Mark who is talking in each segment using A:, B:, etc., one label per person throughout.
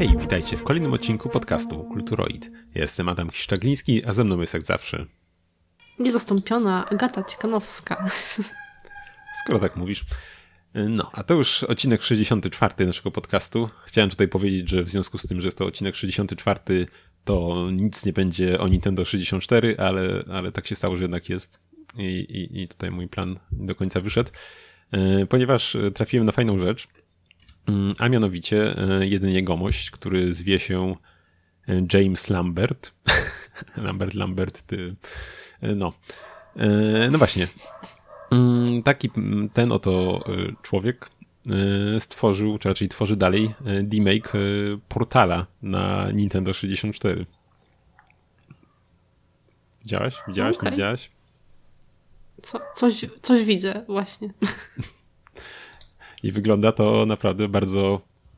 A: Hej, witajcie w kolejnym odcinku podcastu Kulturoid. Ja jestem Adam Kiszczagliński, a ze mną jest jak zawsze
B: niezastąpiona Agata Ciekanowska.
A: Skoro tak mówisz. No, a to już odcinek 64 naszego podcastu. Chciałem tutaj powiedzieć, że w związku z tym, że jest to odcinek 64, to nic nie będzie o Nintendo 64, ale tak się stało, że jednak jest i tutaj mój plan do końca wyszedł, ponieważ trafiłem na fajną rzecz, a mianowicie jeden jegomość, który zwie się James Lambert. Lambert, ty... No właśnie. Taki ten oto człowiek stworzył, czy raczej tworzy dalej remake Portala na Nintendo 64. Widziałaś?
B: Okay.
A: Nie widziałaś?
B: Coś widzę właśnie.
A: I wygląda to naprawdę bardzo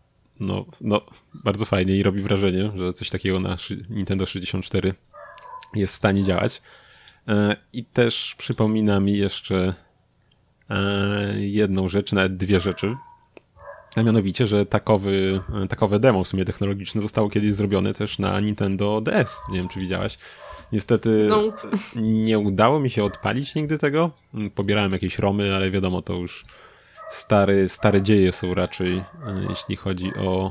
A: bardzo fajnie i robi wrażenie, że coś takiego na Nintendo 64 jest w stanie działać. I też przypomina mi jeszcze jedną rzecz, nawet dwie rzeczy. A mianowicie, że takowe demo w sumie technologiczne zostało kiedyś zrobione też na Nintendo DS. Nie wiem, czy widziałaś. Niestety nie udało mi się odpalić nigdy tego. Pobierałem jakieś romy, ale wiadomo, to już stare dzieje są raczej, jeśli chodzi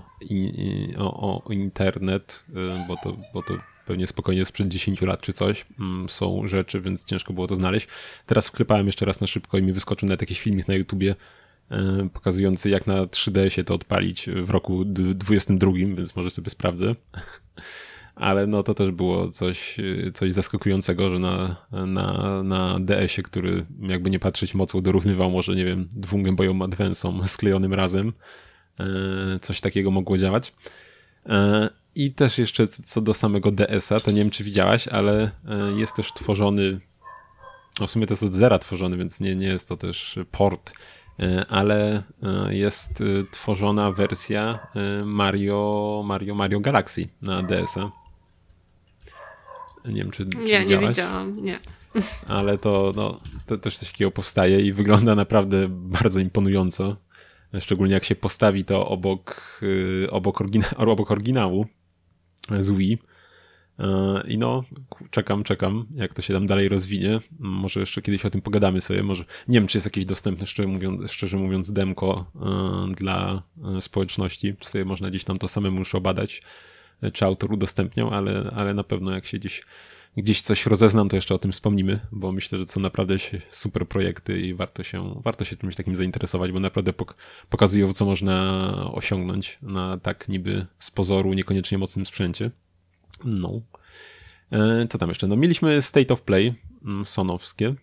A: o internet, bo to pewnie spokojnie sprzed 10 lat czy coś są rzeczy, więc ciężko było to znaleźć. Teraz wklepałem jeszcze raz na szybko i mi wyskoczył nawet jakiś filmik na YouTubie pokazujący, jak na 3DS-ie to odpalić w roku 22, więc może sobie sprawdzę. Ale no to też było coś zaskakującego, że na DS-ie, który jakby nie patrzeć mocą dorównywał może, nie wiem, 2 Game Boyom Advance'om sklejonym razem, coś takiego mogło działać. I też jeszcze co do samego DS-a, to nie wiem, czy widziałaś, ale jest też tworzony, w sumie to jest od zera tworzony, więc nie jest to też port, ale jest tworzona wersja Mario Galaxy na DS-a. Nie wiem, czy widziałaś?
B: Nie widziałam, nie.
A: Ale to też coś takiego powstaje i wygląda naprawdę bardzo imponująco. Szczególnie jak się postawi to obok oryginału z Wii. I no, czekam, jak to się tam dalej rozwinie. Może jeszcze kiedyś o tym pogadamy sobie. Może nie wiem, czy jest jakieś dostępne, szczerze mówiąc, demko dla społeczności. Czy sobie można gdzieś tam to samemu już obadać, czy autor udostępniał, ale na pewno jak się gdzieś coś rozeznam, to jeszcze o tym wspomnimy, bo myślę, że to są naprawdę super projekty i warto się czymś takim zainteresować, bo naprawdę pokazują, co można osiągnąć na tak niby z pozoru niekoniecznie mocnym sprzęcie. No. Co tam jeszcze? No mieliśmy State of Play sonowskie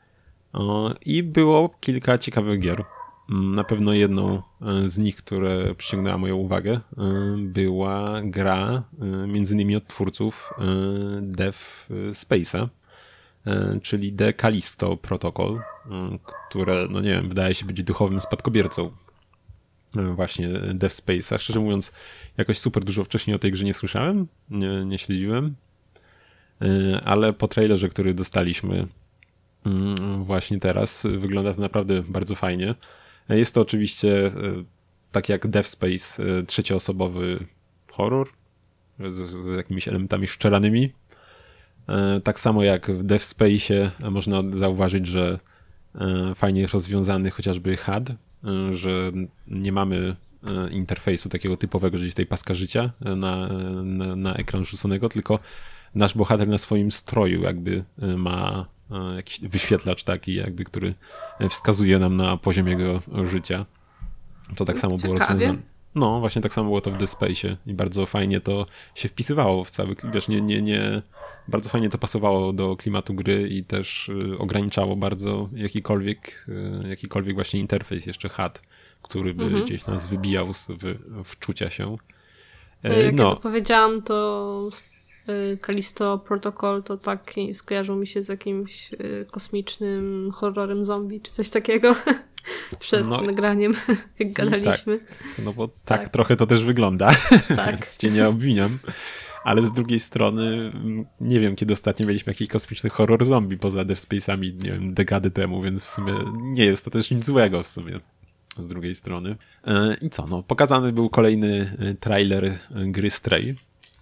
A: i było kilka ciekawych gier. Na pewno jedną z nich, które przyciągnęła moją uwagę, była gra między innymi od twórców Dev Space'a, czyli The Callisto Protocol, które, no nie wiem, wydaje się być duchowym spadkobiercą właśnie Dev Space'a. Szczerze mówiąc, jakoś super dużo wcześniej o tej grze nie słyszałem, nie śledziłem, ale po trailerze, który dostaliśmy właśnie teraz, wygląda to naprawdę bardzo fajnie. Jest to oczywiście, tak jak Dev Space, trzecioosobowy horror z jakimiś elementami szczelanymi. Tak samo jak w Dev Space'ie można zauważyć, że fajnie jest rozwiązany chociażby HUD, że nie mamy interfejsu takiego typowego, że gdzieś tej paska życia na ekran rzuconego, tylko nasz bohater na swoim stroju jakby ma jakiś wyświetlacz taki jakby, który wskazuje nam na poziom jego życia. To tak samo było rozwiązane. No, właśnie tak samo było to w The Space'ie i bardzo fajnie to się wpisywało w cały, wiesz, bardzo fajnie to pasowało do klimatu gry i też ograniczało bardzo jakikolwiek właśnie interfejs, jeszcze HUD, który by gdzieś nas wybijał wczucia się.
B: Jak ja to powiedziałam, to Callisto Protocol to tak skojarzył mi się z jakimś kosmicznym horrorem zombie, czy coś takiego przed nagraniem, jak gadaliśmy.
A: Tak, no bo tak trochę to też wygląda,
B: tak.
A: Więc cię nie obwiniam. Ale z drugiej strony nie wiem, kiedy ostatnio mieliśmy jakiś kosmiczny horror zombie poza Dev Space'ami, nie wiem, dekady temu, więc w sumie nie jest to też nic złego w sumie. z drugiej strony. I co? No, pokazany był kolejny trailer gry Stray.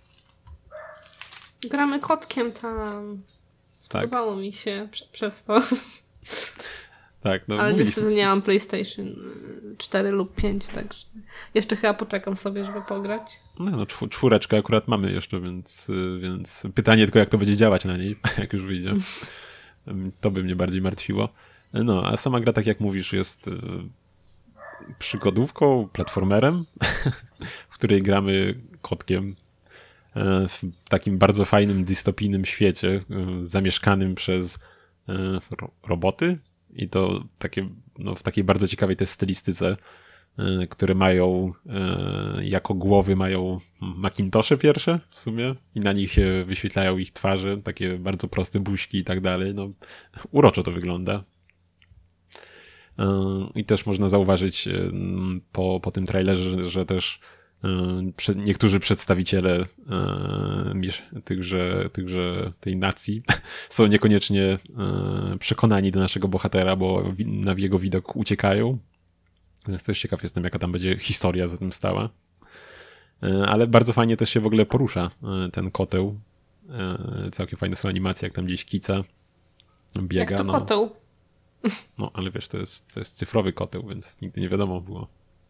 B: Gramy kotkiem tam. Spodobało mi się przez to.
A: Tak, no
B: ale niestety nie mam PlayStation 4 lub 5, także jeszcze chyba poczekam sobie, żeby pograć.
A: No, czwóreczkę akurat mamy jeszcze, więc pytanie tylko, jak to będzie działać na niej, jak już wyjdzie. To by mnie bardziej martwiło. No, a sama gra, tak jak mówisz, jest przygodówką, platformerem, w której gramy kotkiem w takim bardzo fajnym, dystopijnym świecie, zamieszkanym przez roboty i to takie, no, w takiej bardzo ciekawej też stylistyce, które mają jako głowy mają Macintoshe pierwsze w sumie i na nich się wyświetlają ich twarze, takie bardzo proste buźki i tak dalej. No, uroczo to wygląda. I też można zauważyć po tym trailerze, że też niektórzy przedstawiciele tej nacji są niekoniecznie przekonani do naszego bohatera, bo na jego widok uciekają. Więc też ciekaw jestem, jaka tam będzie historia za tym stała. Ale bardzo fajnie też się w ogóle porusza ten koteł. Całkiem fajne są animacje, jak tam gdzieś kica, biega.
B: Jak to koteł?
A: No, ale wiesz, to jest cyfrowy koteł, więc nigdy nie wiadomo było.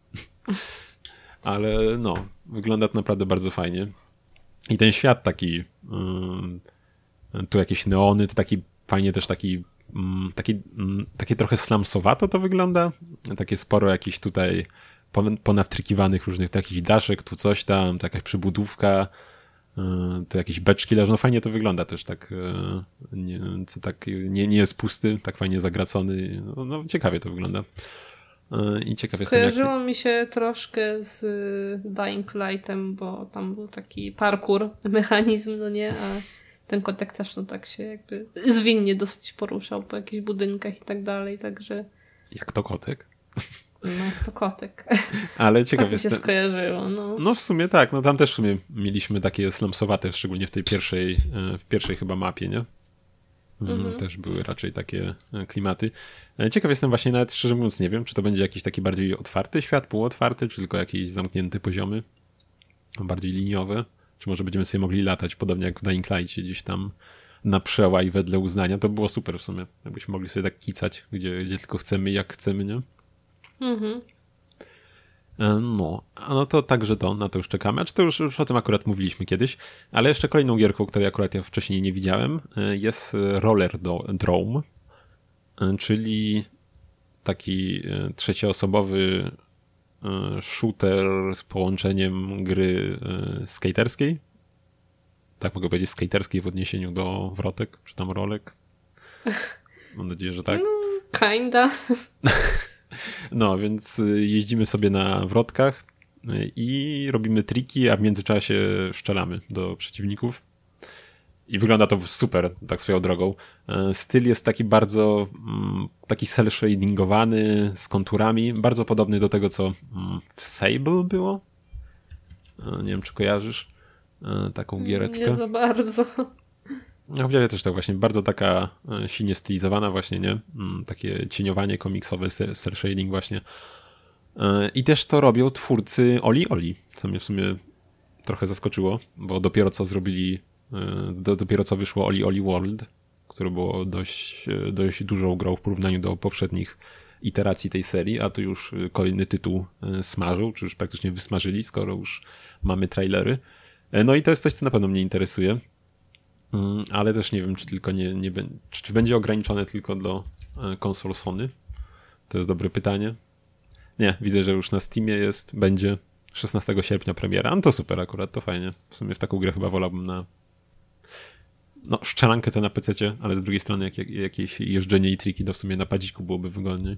A: Ale no, wygląda to naprawdę bardzo fajnie. I ten świat taki, tu jakieś neony, to taki fajnie też takie trochę slumsowato to wygląda. Takie sporo jakichś tutaj ponawtrykiwanych różnych takich daszek, tu coś tam, to jakaś przybudówka, tu jakieś beczki leżą. No fajnie to wygląda też tak, nie jest pusty, tak fajnie zagracony. No ciekawie to wygląda. I ciekaw
B: skojarzyło mi się troszkę z Dying Lightem, bo tam był taki parkour, mechanizm, no nie, a ten kotek też no tak się jakby zwinnie dosyć poruszał po jakichś budynkach i tak dalej, także...
A: Jak to kotek?
B: No jak to kotek.
A: Ale ciekaw
B: tak mi się skojarzyło, no.
A: No w sumie tak, no tam też w sumie mieliśmy takie slumsowate, szczególnie w tej pierwszej chyba mapie, nie? Też były raczej takie klimaty. Ciekaw jestem właśnie, nawet szczerze mówiąc nie wiem, czy to będzie jakiś taki bardziej otwarty świat, półotwarty, czy tylko jakieś zamknięte poziomy, bardziej liniowe, czy może będziemy sobie mogli latać, podobnie jak w Dying Light'cie, gdzieś tam na przełaj wedle uznania. To było super w sumie, jakbyśmy mogli sobie tak kicać, gdzie tylko chcemy, jak chcemy, nie? No to także na to już czekamy. To już o tym akurat mówiliśmy kiedyś, ale jeszcze kolejną gierką, której akurat ja wcześniej nie widziałem, jest Rollerdrome, czyli taki trzecioosobowy shooter z połączeniem gry skaterskiej. Tak mogę powiedzieć, skaterskiej w odniesieniu do wrotek, czy tam rolek. Mam nadzieję, że tak.
B: Kinda.
A: No, więc jeździmy sobie na wrotkach i robimy triki, a w międzyczasie strzelamy do przeciwników. I wygląda to super, tak swoją drogą. Styl jest taki bardzo taki cel-shadingowany, z konturami, bardzo podobny do tego, co w Sable było. Nie wiem, czy kojarzysz taką giereczkę.
B: Nie za bardzo.
A: No, w też tak właśnie, bardzo taka silnie stylizowana właśnie, nie? Takie cieniowanie komiksowe, cel shading właśnie. I też to robią twórcy Oli Oli, co mnie w sumie trochę zaskoczyło, bo dopiero co wyszło Oli Oli World, które było dość dużą grą w porównaniu do poprzednich iteracji tej serii, a tu już kolejny tytuł smażył, czy już praktycznie wysmażyli, skoro już mamy trailery. No i to jest coś, co na pewno mnie interesuje. Ale też nie wiem, czy tylko czy będzie ograniczone tylko do konsol Sony? To jest dobre pytanie. Nie, widzę, że już na Steamie będzie 16 sierpnia premiera. No to super akurat, to fajnie. W sumie w taką grę chyba wolałbym szczelankę to na PC-cie, ale z drugiej strony jakieś jeżdżenie i triki to w sumie na padziku byłoby wygodniej.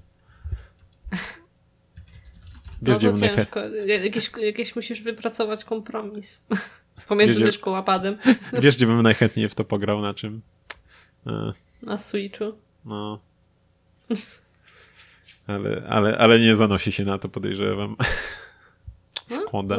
B: Wiesz, no to ciężko. Jakieś musisz wypracować kompromis. Pomiędzy myszką a padem.
A: Wiesz, gdzie bym najchętniej w to pograł, na czym?
B: Na Switchu.
A: No. Ale nie zanosi się na to, podejrzewam. Szkoda.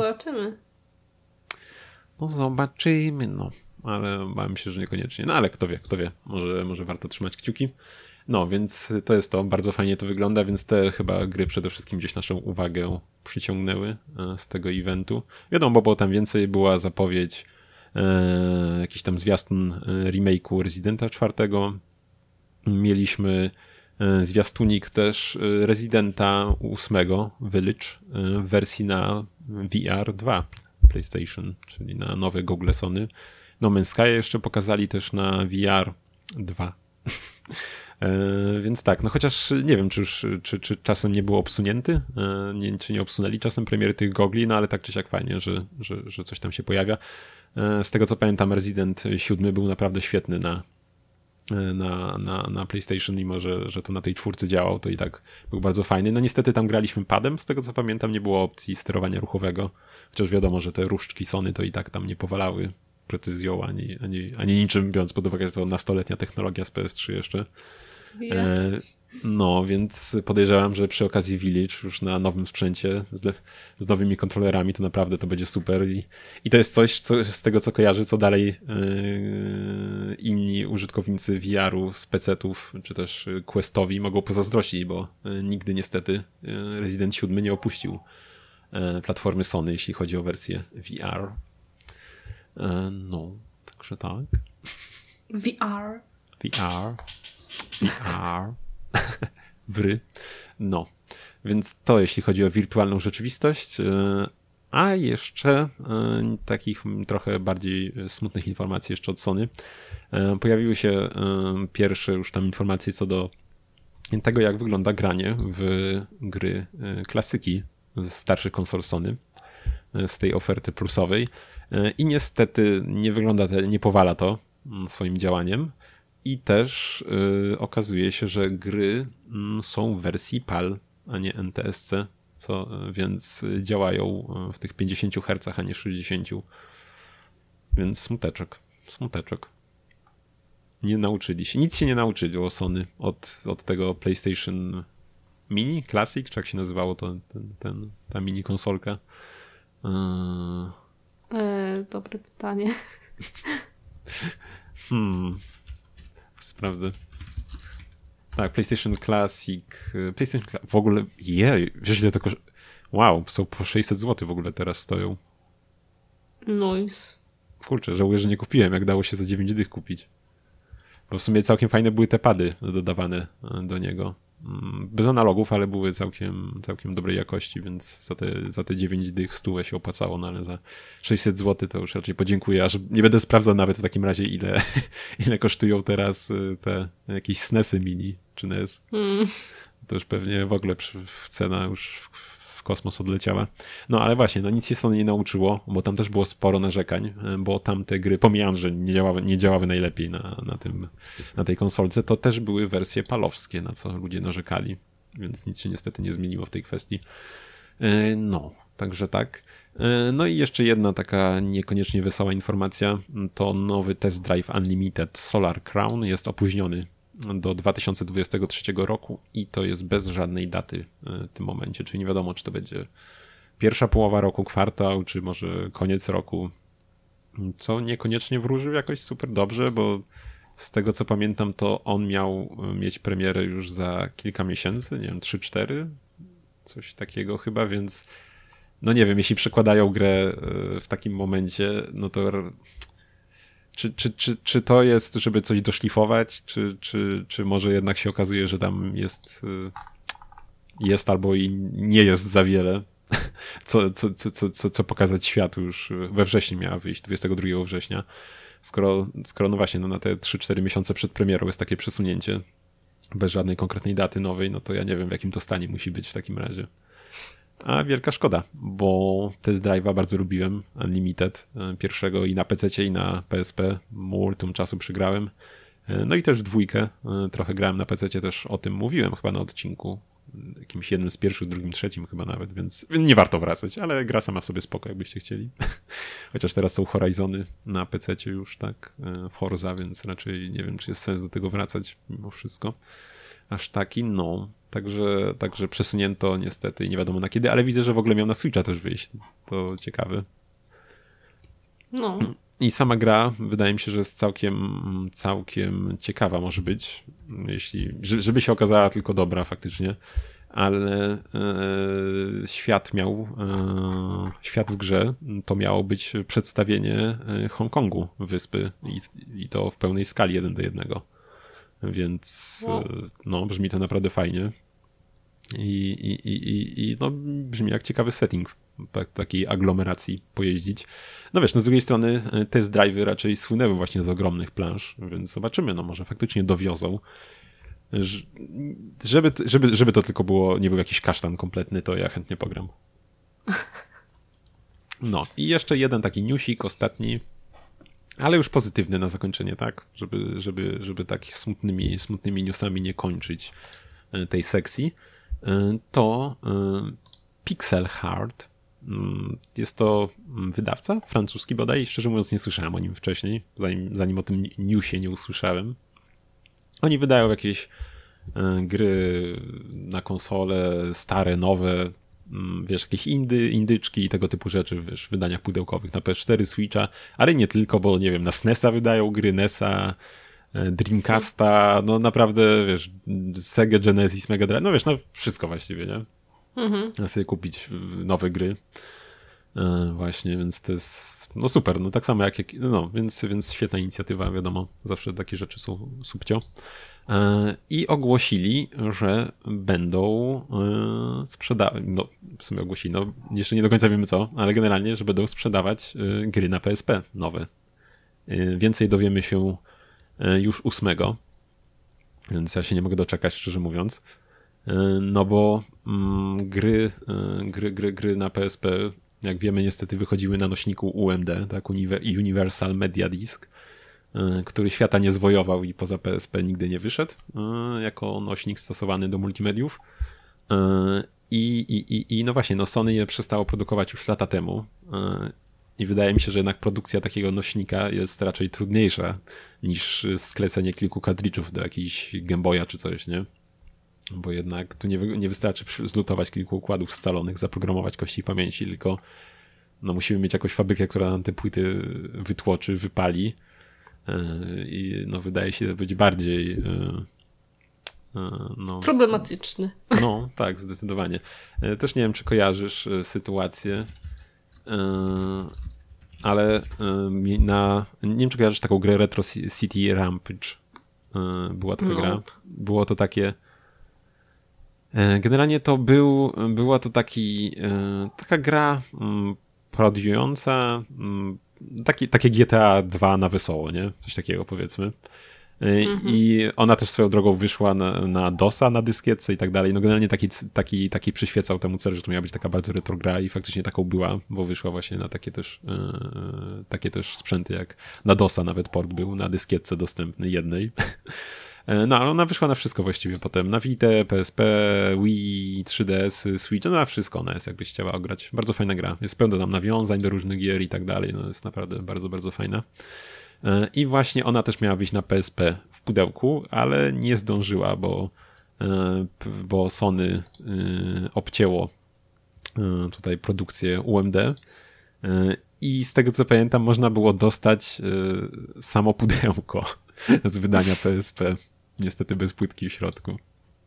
B: Zobaczymy,
A: no. Ale bałem się, że niekoniecznie. No ale kto wie. Może warto trzymać kciuki. No, więc to jest to, bardzo fajnie to wygląda, więc te chyba gry przede wszystkim gdzieś naszą uwagę przyciągnęły z tego eventu. Wiadomo, bo było tam więcej, była zapowiedź, jakiś tam zwiastun remake'u Residenta 4. Mieliśmy zwiastunik też Residenta 8 Village w wersji na VR 2 PlayStation, czyli na nowe gogle Sony. No Man's Sky jeszcze pokazali też na VR 2. Więc tak, no chociaż nie wiem, czy czasem nie był obsunięty, czy nie obsunęli czasem premiery tych gogli, no ale tak czy siak fajnie, że coś tam się pojawia. Z tego co pamiętam, Resident 7 był naprawdę świetny na PlayStation, mimo że to na tej 4 działał, to i tak był bardzo fajny. No niestety tam graliśmy padem, z tego co pamiętam nie było opcji sterowania ruchowego, chociaż wiadomo, że te różdżki Sony to i tak tam nie powalały precyzją, ani niczym, biorąc pod uwagę, że to nastoletnia technologia z PS3 jeszcze. No, więc podejrzewam, że przy okazji Village już na nowym sprzęcie z nowymi kontrolerami to naprawdę to będzie super i to jest coś, co z tego co kojarzę, co dalej inni użytkownicy VR-u z PC-ów, czy też Questowi mogą pozazdrościć, bo nigdy niestety Resident 7 nie opuścił platformy Sony, jeśli chodzi o wersję VR. No, także tak.
B: VR.
A: No, więc to jeśli chodzi o wirtualną rzeczywistość. A jeszcze takich trochę bardziej smutnych informacji jeszcze od Sony. Pojawiły się pierwsze już tam informacje co do tego, jak wygląda granie w gry klasyki z starszych konsol Sony, z tej oferty plusowej. I niestety nie powala to swoim działaniem. I też okazuje się, że gry są w wersji PAL, a nie NTSC, więc działają w tych 50 Hz, a nie 60. Więc smuteczek. Nie nauczyli się. Nic się nie nauczyli o Sony od tego PlayStation Mini, Classic, czy jak się nazywało ta mini konsolka?
B: Dobre pytanie.
A: Sprawdzę. Tak, PlayStation Classic. W ogóle, wiesz ile to wow, są po 600 zł w ogóle teraz stoją.
B: Nice.
A: Kurczę, żałuję, że nie kupiłem, jak dało się za 9 dych kupić. Bo w sumie całkiem fajne były te pady dodawane do niego. Bez analogów, ale były całkiem dobrej jakości, więc za te 9 dych 100 się opłacało, no ale za 600 zł to już raczej podziękuję, aż nie będę sprawdzał nawet w takim razie ile kosztują teraz te jakieś SNESy mini, czy NES. To już pewnie w ogóle cena już w kosmos odleciała. No ale właśnie, no nic się Sony nie nauczyło, bo tam też było sporo narzekań, bo tamte gry, pomijając, że nie działały najlepiej na tej konsolce, to też były wersje palowskie, na co ludzie narzekali, więc nic się niestety nie zmieniło w tej kwestii. No, także tak. No i jeszcze jedna taka niekoniecznie wesoła informacja, to nowy Test Drive Unlimited Solar Crown jest opóźniony do 2023 roku i to jest bez żadnej daty w tym momencie, czyli nie wiadomo, czy to będzie pierwsza połowa roku, kwartał, czy może koniec roku, co niekoniecznie wróży jakoś super dobrze, bo z tego co pamiętam, to on miał mieć premierę już za kilka miesięcy, nie wiem, 3-4, coś takiego chyba, więc no nie wiem, jeśli przekładają grę w takim momencie, no to czy to jest, żeby coś doszlifować, czy może jednak się okazuje, że tam jest albo i nie jest za wiele, co pokazać światu już we wrześniu miała wyjść, 22 września. Skoro no właśnie, no na te 3-4 miesiące przed premierą jest takie przesunięcie bez żadnej konkretnej daty nowej, no to ja nie wiem, w jakim to stanie musi być w takim razie. A wielka szkoda, bo Test Drive'a bardzo lubiłem, Unlimited, pierwszego i na PC-cie i na PSP, multum czasu przygrałem. No i też w 2, trochę grałem na PC-cie, też o tym mówiłem chyba na odcinku, jakimś jednym z pierwszych, drugim, trzecim chyba nawet, więc nie warto wracać, ale gra sama w sobie spoko, jakbyście chcieli. Chociaż teraz są Horizony na PC-cie już, tak, Forza, więc raczej nie wiem, czy jest sens do tego wracać mimo wszystko. Aż taki, no. Także przesunięto niestety nie wiadomo na kiedy, ale widzę, że w ogóle miał na Switcha też wyjść. To ciekawe.
B: No.
A: I sama gra wydaje mi się, że jest całkiem ciekawa może być, żeby się okazała tylko dobra faktycznie, ale świat w grze to miało być przedstawienie Hongkongu, wyspy i to w pełnej skali 1:1. Więc no, brzmi to naprawdę fajnie i no, brzmi jak ciekawy setting takiej aglomeracji pojeździć. No wiesz, no z drugiej strony test drive'y raczej słynęły właśnie z ogromnych planż, więc zobaczymy, no może faktycznie dowiozą. Żeby to tylko nie był jakiś kasztan kompletny, to ja chętnie pogram. No i jeszcze jeden taki newsik ostatni, ale już pozytywny na zakończenie, tak? Żeby takich smutnymi newsami nie kończyć tej sekcji. To Pixel Heart. Jest to wydawca francuski bodaj, szczerze mówiąc nie słyszałem o nim wcześniej, zanim o tym newsie nie usłyszałem. Oni wydają jakieś gry na konsole, stare, nowe, wiesz, jakieś indyczki i tego typu rzeczy, wiesz, w wydaniach pudełkowych na PS4, Switcha, ale nie tylko, bo nie wiem, na SNES-a wydają gry, NES-a, Dreamcasta, no naprawdę, wiesz, Sega Genesis, Mega Drive, no wiesz, no wszystko właściwie, nie? Mhm. Sobie kupić nowe gry. Właśnie, więc to jest no super, no tak samo no, więc świetna inicjatywa, wiadomo, zawsze takie rzeczy są subcio. I ogłosili, że będą sprzedawać, no w sumie ogłosili, no jeszcze nie do końca wiemy co, ale generalnie, że będą sprzedawać gry na PSP nowe. Więcej dowiemy się już 8, więc ja się nie mogę doczekać, szczerze mówiąc. No bo gry na PSP, jak wiemy, niestety wychodziły na nośniku UMD, tak, Universal Media Disk, który świata nie zwojował i poza PSP nigdy nie wyszedł jako nośnik stosowany do multimediów. I no właśnie, no Sony je przestało produkować już lata temu i wydaje mi się, że jednak produkcja takiego nośnika jest raczej trudniejsza niż sklecenie kilku kartridżów do jakiejś Game Boya czy coś, nie? Bo jednak tu nie wystarczy zlutować kilku układów scalonych, zaprogramować kości pamięci, tylko no musimy mieć jakąś fabrykę, która nam te płyty wytłoczy, wypali i no wydaje się być bardziej no,
B: problematyczny.
A: No, tak, zdecydowanie. Też nie wiem, czy kojarzysz sytuację, ale nie wiem, czy kojarzysz taką grę Retro City Rampage. Była taka gra. Było to takie generalnie to była to taka gra parodiująca takie GTA 2 na wesoło, nie? Coś takiego powiedzmy. I ona też swoją drogą wyszła na DOS-a, na dyskietce i tak dalej. No generalnie taki przyświecał temu cel, że to miała być taka bardzo retro gra i faktycznie taką była, bo wyszła właśnie na takie też sprzęty jak na DOS-a nawet port był, na dyskietce dostępny jednej. No, ale ona wyszła na wszystko właściwie potem. Na Vita, PSP, Wii, 3DS, Switch, no na wszystko ona jest, jakbyś chciała ograć. Bardzo fajna gra. Jest pełno tam nawiązań do różnych gier i tak dalej. No jest naprawdę bardzo, bardzo fajna. I właśnie ona też miała wyjść na PSP w pudełku, ale nie zdążyła, bo Sony obcięło tutaj produkcję UMD i z tego co pamiętam można było dostać samo pudełko z wydania PSP. Niestety bez płytki w środku.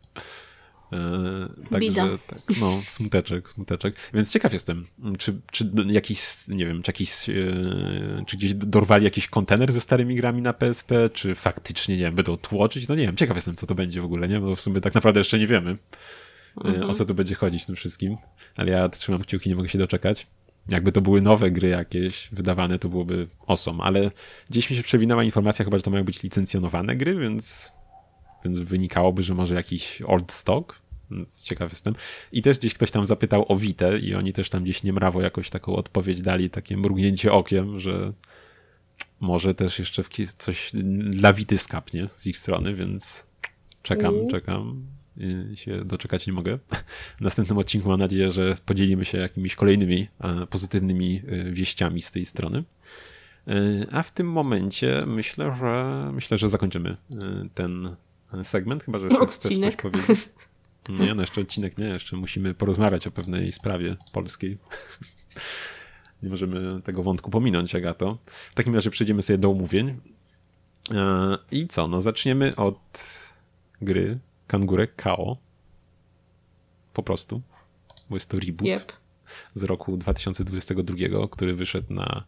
A: Także tak, no, smuteczek. Więc ciekaw jestem, czy jakiś, nie wiem, czy gdzieś dorwali jakiś kontener ze starymi grami na PSP, czy faktycznie, nie wiem, będą tłoczyć, no nie wiem, ciekaw jestem, co to będzie w ogóle, nie? Bo w sumie tak naprawdę jeszcze nie wiemy, o co tu będzie chodzić w tym wszystkim, ale ja trzymam kciuki, nie mogę się doczekać. Jakby to były nowe gry jakieś wydawane, to byłoby awesome, ale gdzieś mi się przewinęła informacja chyba, że to mają być licencjonowane gry, więc wynikałoby, że może jakiś old stock, więc ciekaw jestem. I też gdzieś ktoś tam zapytał o Vitę i oni też tam gdzieś niemrawo jakoś taką odpowiedź dali, takie mrugnięcie okiem, że może też jeszcze coś dla Vity skapnie z ich strony, więc czekam i się doczekać nie mogę. W następnym odcinku mam nadzieję, że podzielimy się jakimiś kolejnymi pozytywnymi wieściami z tej strony. A w tym momencie myślę, że zakończymy ten segment, chyba że chcesz coś powiedzieć. Nie, no jeszcze odcinek nie, jeszcze musimy porozmawiać o pewnej sprawie polskiej. Nie możemy tego wątku pominąć, Agato. W takim razie przejdziemy sobie do omówień. I co? No zaczniemy od gry Kangurek KO. Po prostu. Bo jest to reboot z roku 2022, który wyszedł na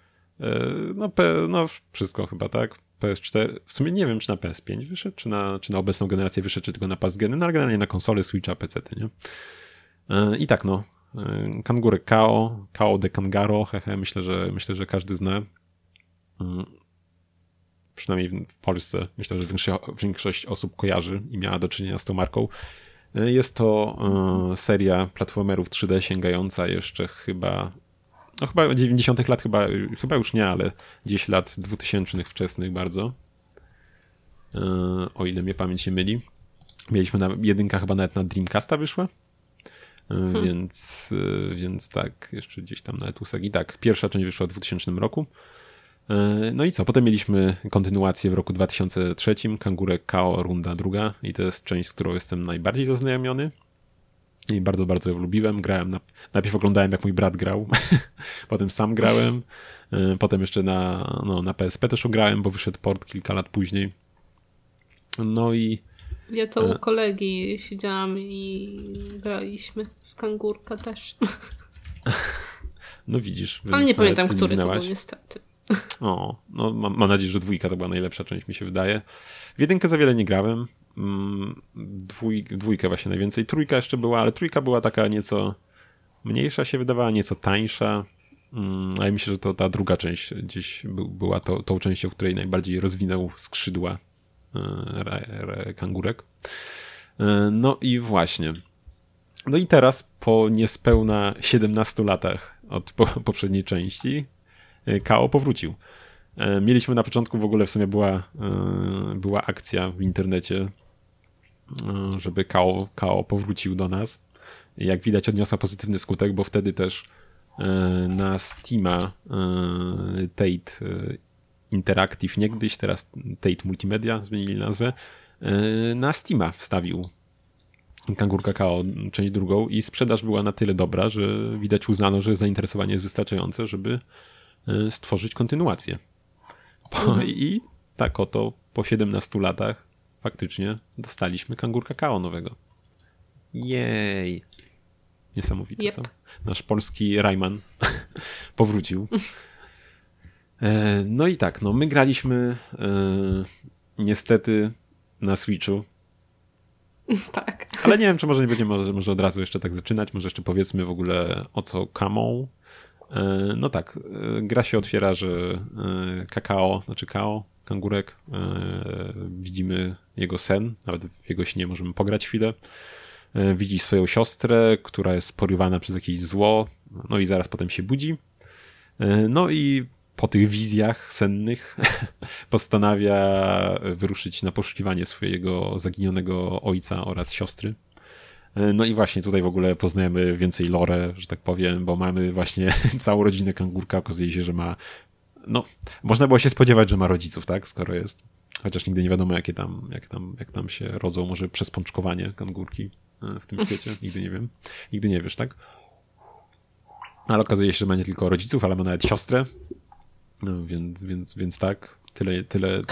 A: wszystko chyba, tak? PS4. W sumie nie wiem, czy na PS5 wyszedł, czy na obecną generację wyszedł, czy tylko na pastgeny, no ale generalnie na konsole, Switcha, PC-ty, nie? I tak, no. Kangurek KO, KO de Kangaro, myślę, że każdy zna. Przynajmniej w Polsce. Myślę, że większość osób kojarzy i miała do czynienia z tą marką. Jest to seria platformerów 3D sięgająca jeszcze chyba 90 lat, chyba już nie, ale gdzieś lat 2000 wczesnych bardzo. O ile mnie pamięć nie myli. Mieliśmy jedynka chyba nawet na Dreamcasta wyszła. Więc tak, jeszcze gdzieś tam nawet Usagi. Tak, pierwsza część wyszła w 2000 roku. No i co? Potem mieliśmy kontynuację w roku 2003, Kangurek KO runda druga i to jest część, z którą jestem najbardziej zaznajomiony i bardzo, bardzo ją lubiłem. Najpierw oglądałem, jak mój brat grał, potem sam grałem, potem jeszcze na PSP też grałem, bo wyszedł port kilka lat później. No i
B: ja to u kolegi siedziałam i graliśmy w Kangurka też.
A: No widzisz.
B: Ale nie pamiętam, który to był niestety.
A: O, no mam nadzieję, że dwójka to była najlepsza część, mi się wydaje. W jedynkę za wiele nie grałem. Dwójkę właśnie najwięcej. Trójka jeszcze była, ale trójka była taka nieco mniejsza się wydawała, nieco tańsza. Ale myślę, że to ta druga część gdzieś była tą częścią, której najbardziej rozwinął skrzydła Kangurek. No i właśnie. No i teraz po niespełna 17 latach od poprzedniej części KO powrócił. Mieliśmy na początku w ogóle w sumie była akcja w internecie, żeby KO powrócił do nas. Jak widać odniosła pozytywny skutek, bo wtedy też na Steama Tate Interactive niegdyś, teraz Tate Multimedia zmienili nazwę, na Steama wstawił Kangurka KO część drugą i sprzedaż była na tyle dobra, że widać uznano, że zainteresowanie jest wystarczające, żeby stworzyć kontynuację. I tak oto po 17 latach faktycznie dostaliśmy Kangurka KO nowego. Jej! Niesamowite, co? Nasz polski Rayman powrócił. No i tak, no my graliśmy niestety na Switchu.
B: Tak.
A: Ale nie wiem, czy może nie będziemy może od razu jeszcze tak zaczynać, może jeszcze powiedzmy w ogóle o co kamą. No tak, gra się otwiera, że KO, Kangurek, widzimy jego sen, nawet w jego śnie możemy pograć chwilę. Widzi swoją siostrę, która jest porywana przez jakieś zło, no i zaraz potem się budzi. No i po tych wizjach sennych postanawia wyruszyć na poszukiwanie swojego zaginionego ojca oraz siostry. No i właśnie tutaj w ogóle poznajemy więcej lore, że tak powiem, bo mamy właśnie całą rodzinę Kangurka. Okazuje się, że ma, no, można było się spodziewać, że ma rodziców, tak, skoro jest. Chociaż nigdy nie wiadomo, jak tam się rodzą, może przez pączkowanie kangurki w tym świecie. Nigdy nie wiem. Nigdy nie wiesz, tak? Ale okazuje się, że ma nie tylko rodziców, ale ma nawet siostrę. No, więc tak. Tyle.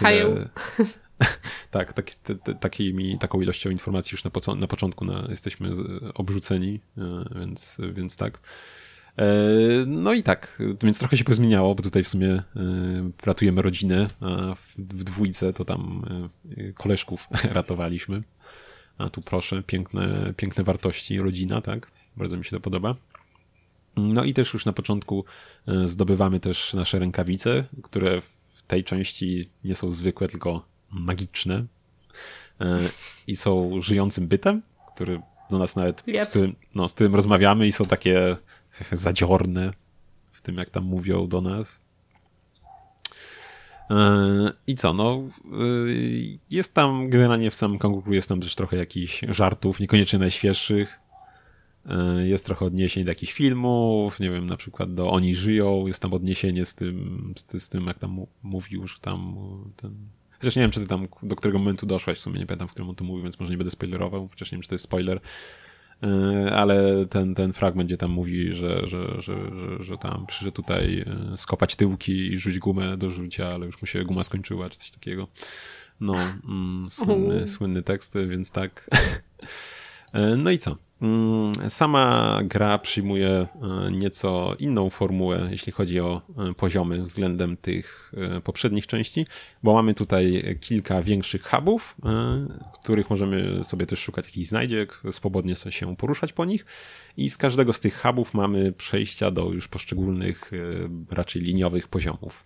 A: Tak, taką ilością informacji już na początku jesteśmy obrzuceni, więc tak. No i tak, więc trochę się pozmieniało, bo tutaj w sumie ratujemy rodzinę, a w dwójce to tam koleżków ratowaliśmy. A tu proszę, piękne wartości, rodzina, tak? Bardzo mi się to podoba. No i też już na początku zdobywamy też nasze rękawice, które w tej części nie są zwykłe, tylko magiczne i są żyjącym bytem, który do nas nawet, z którym rozmawiamy i są takie zadziorne w tym, jak tam mówią do nas. I co, no jest tam generalnie w samym Kangurku jest tam też trochę jakichś żartów, niekoniecznie najświeższych. Jest trochę odniesień do jakichś filmów, nie wiem, na przykład do Oni żyją, jest tam odniesienie z tym jak tam mówił, że tam ten... Chociaż nie wiem, czy ty tam do którego momentu doszłaś, w sumie nie pamiętam, w którym on to mówił, więc może nie będę spoilerował, chociaż nie wiem, czy to jest spoiler. ale ten fragment, gdzie tam mówi, że tam przyszedł tutaj skopać tyłki i rzuć gumę do rzucia, ale już mu się guma skończyła, czy coś takiego. No, słynny tekst, więc tak. No i co? Sama gra przyjmuje nieco inną formułę, jeśli chodzi o poziomy względem tych poprzednich części, bo mamy tutaj kilka większych hubów, w których możemy sobie też szukać jakichś znajdziek, swobodnie się poruszać po nich i z każdego z tych hubów mamy przejścia do już poszczególnych, raczej liniowych poziomów.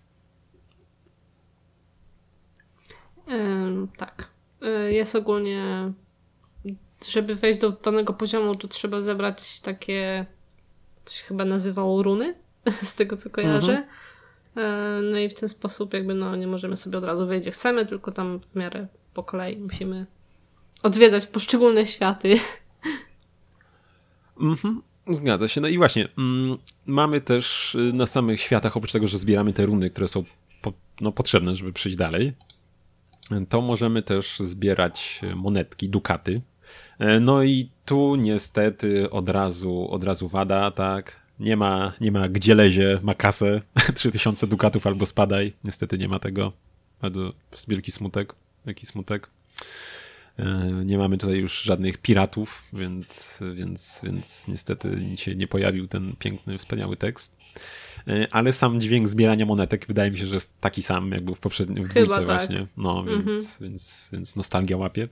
B: Tak. Jest ogólnie... Żeby wejść do danego poziomu, to trzeba zebrać takie, to się chyba nazywało runy, z tego co kojarzę. No i w ten sposób jakby nie możemy sobie od razu wejść gdzie chcemy, tylko tam w miarę po kolei musimy odwiedzać poszczególne światy.
A: Zgadza się. No i właśnie, mamy też na samych światach, oprócz tego, że zbieramy te runy, które są potrzebne, żeby przejść dalej, to możemy też zbierać monetki, dukaty. No i tu niestety od razu wada, tak? Nie ma gdzie lezie, ma kasę, 3000 dukatów albo spadaj. Niestety nie ma tego. Wielki smutek. Jaki smutek. Nie mamy tutaj już żadnych piratów, więc niestety się nie pojawił ten piękny, wspaniały tekst. Ale sam dźwięk zbierania monetek wydaje mi się, że jest taki sam, jak był w poprzednim, w dwójce tak. Właśnie. No, więc nostalgia łapie.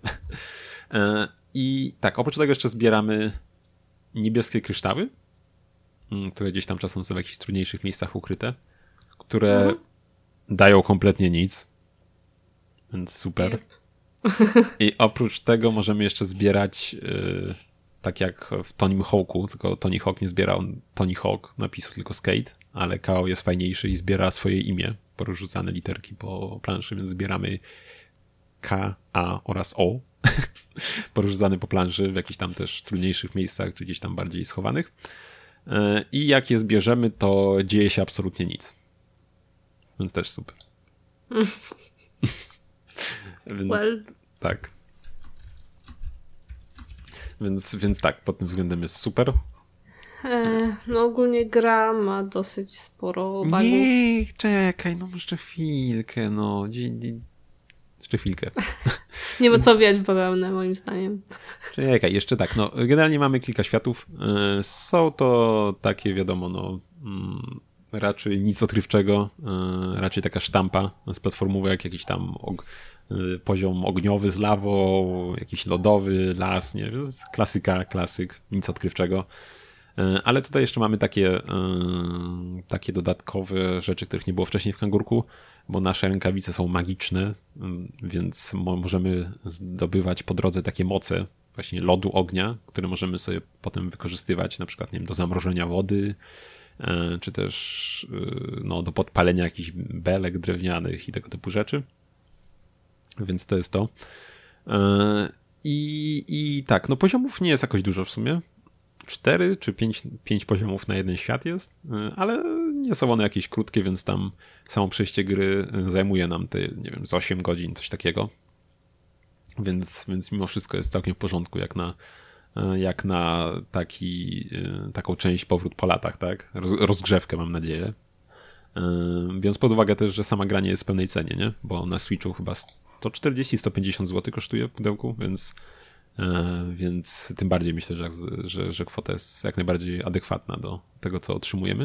A: I tak, oprócz tego jeszcze zbieramy niebieskie kryształy, które gdzieś tam czasem są w jakichś trudniejszych miejscach ukryte, które dają kompletnie nic. Więc super. Yep. I oprócz tego możemy jeszcze zbierać tak jak w Tonym Hawku, tylko Tony Hawk nie zbierał Tony Hawk napisu, tylko skate, ale Kao jest fajniejszy i zbiera swoje imię, porozrzucane literki po planszy, więc zbieramy K, A oraz O porozrzucane po planszy w jakichś tam też trudniejszych miejscach, czy gdzieś tam bardziej schowanych. I jak je zbierzemy, to dzieje się absolutnie nic. Więc też super. Więc tak. Więc tak, pod tym względem jest super.
B: No ogólnie gra ma dosyć sporo bugów.
A: Nie, czekaj, jeszcze chwilkę, jeszcze chwilkę.
B: Nie ma co wijać w bawełnę, moim zdaniem.
A: Czekaj, jeszcze tak, generalnie mamy kilka światów. Są to takie, wiadomo, raczej nic odkrywczego, raczej taka sztampa z platformówek, jakiś tam poziom ogniowy z lawą, jakiś lodowy, las, nie, klasyk, nic odkrywczego. Ale tutaj jeszcze mamy takie dodatkowe rzeczy, których nie było wcześniej w Kangurku, bo nasze rękawice są magiczne, więc możemy zdobywać po drodze takie moce właśnie lodu, ognia, które możemy sobie potem wykorzystywać na przykład, nie wiem, do zamrożenia wody, czy też do podpalenia jakichś belek drewnianych i tego typu rzeczy. Więc to jest to. I tak, poziomów nie jest jakoś dużo w sumie. 4 czy 5 poziomów na jeden świat jest, ale nie są one jakieś krótkie, więc tam samo przejście gry zajmuje nam nie wiem, z 8 godzin, coś takiego. Więc mimo wszystko jest całkiem w porządku, jak na taką część powrót po latach, tak? Rozgrzewkę, mam nadzieję. Biorąc pod uwagę też, że sama gra nie jest w pełnej cenie, nie? Bo na Switchu chyba 140-150 zł kosztuje w pudełku, więc tym bardziej myślę, że kwota jest jak najbardziej adekwatna do tego, co otrzymujemy.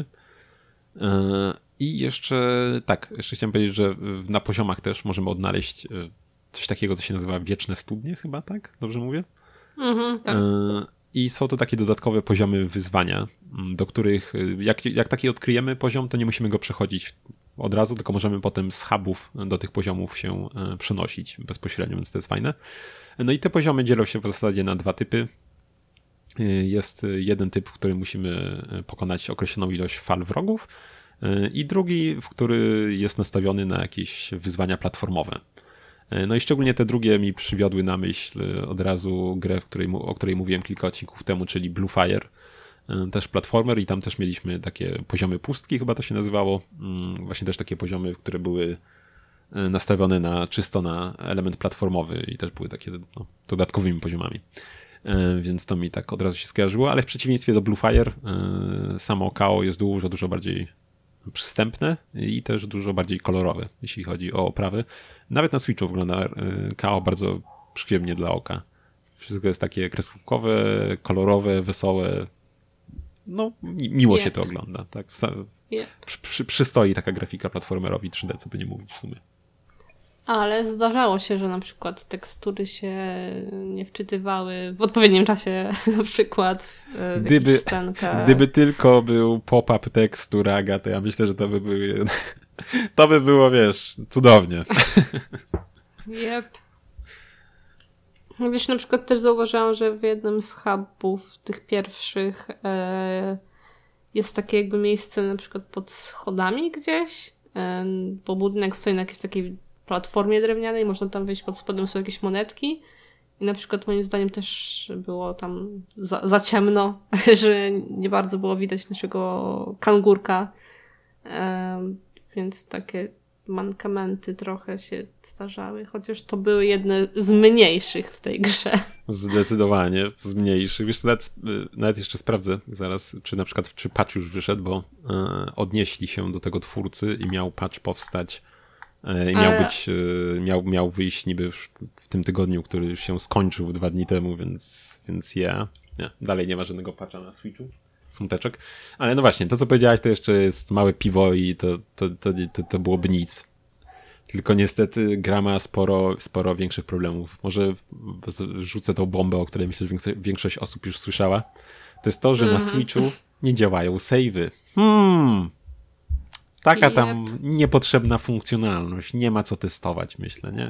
A: I jeszcze chciałem powiedzieć, że na poziomach też możemy odnaleźć coś takiego, co się nazywa wieczne studnie chyba, tak? Dobrze mówię?
B: Tak.
A: I są to takie dodatkowe poziomy wyzwania, do których jak taki odkryjemy poziom, to nie musimy go przechodzić od razu, tylko możemy potem z hubów do tych poziomów się przenosić bezpośrednio, więc to jest fajne. No i te poziomy dzielą się w zasadzie na 2 typy. Jest jeden typ, w którym musimy pokonać określoną ilość fal wrogów i drugi, który jest nastawiony na jakieś wyzwania platformowe. No i szczególnie te drugie mi przywiodły na myśl od razu grę, o której mówiłem kilka odcinków temu, czyli Blue Fire. Też platformer i tam też mieliśmy takie poziomy pustki, chyba to się nazywało. Właśnie też takie poziomy, które były nastawione czysto na element platformowy i też były takie dodatkowymi poziomami. więc to mi tak od razu się skojarzyło, ale w przeciwieństwie do Blue Fire samo KO jest dużo bardziej przystępne i też dużo bardziej kolorowe, jeśli chodzi o oprawy. Nawet na Switchu wygląda KO bardzo przyjemnie dla oka. Wszystko jest takie kreskówkowe, kolorowe, wesołe. No, miło się to ogląda. Tak? Przystoi taka grafika platformerowi 3D, co by nie mówić w sumie.
B: Ale zdarzało się, że na przykład tekstury się nie wczytywały w odpowiednim czasie, na przykład w jakichś scenkach.
A: Gdyby tylko był pop-up tekstu Raga, to ja myślę, że to by było, wiesz, cudownie.
B: Yep. Wiesz, na przykład też zauważyłam, że w jednym z hubów tych pierwszych jest takie jakby miejsce na przykład pod schodami gdzieś, bo budynek stoi na jakiejś takiej platformie drewnianej, można tam wejść, pod spodem są jakieś monetki i na przykład moim zdaniem też było tam za ciemno, że nie bardzo było widać naszego kangurka, więc takie mankamenty trochę się zdarzały, chociaż to były jedne z mniejszych w tej grze.
A: Zdecydowanie z mniejszych. Wiesz, nawet jeszcze sprawdzę zaraz, czy na przykład czy patch już wyszedł, bo odnieśli się do tego twórcy i miał patch powstać i miał wyjść niby już w tym tygodniu, który już się skończył 2 dni temu, więc dalej nie ma żadnego patcha na Switchu. Smuteczek. Ale no właśnie, to co powiedziałaś, to jeszcze jest małe piwo i to byłoby nic. Tylko niestety gra ma sporo większych problemów. Może rzucę tą bombę, o której myślę, że większość osób już słyszała. To jest to, że na Switchu nie działają save'y. Taka tam niepotrzebna funkcjonalność. Nie ma co testować, myślę, nie?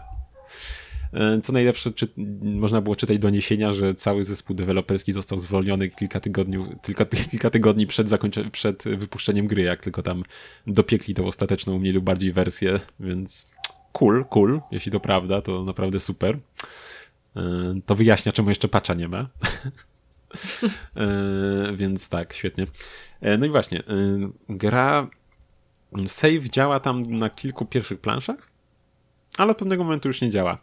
A: Co najlepsze, można było czytać doniesienia, że cały zespół deweloperski został zwolniony kilka tygodni przed wypuszczeniem gry, jak tylko tam dopiekli tą ostateczną, mniej lub bardziej wersję, więc cool, jeśli to prawda, to naprawdę super. To wyjaśnia, czemu jeszcze patcha nie ma. Więc tak, świetnie. No i właśnie, gra save działa tam na kilku pierwszych planszach, ale od pewnego momentu już nie działa.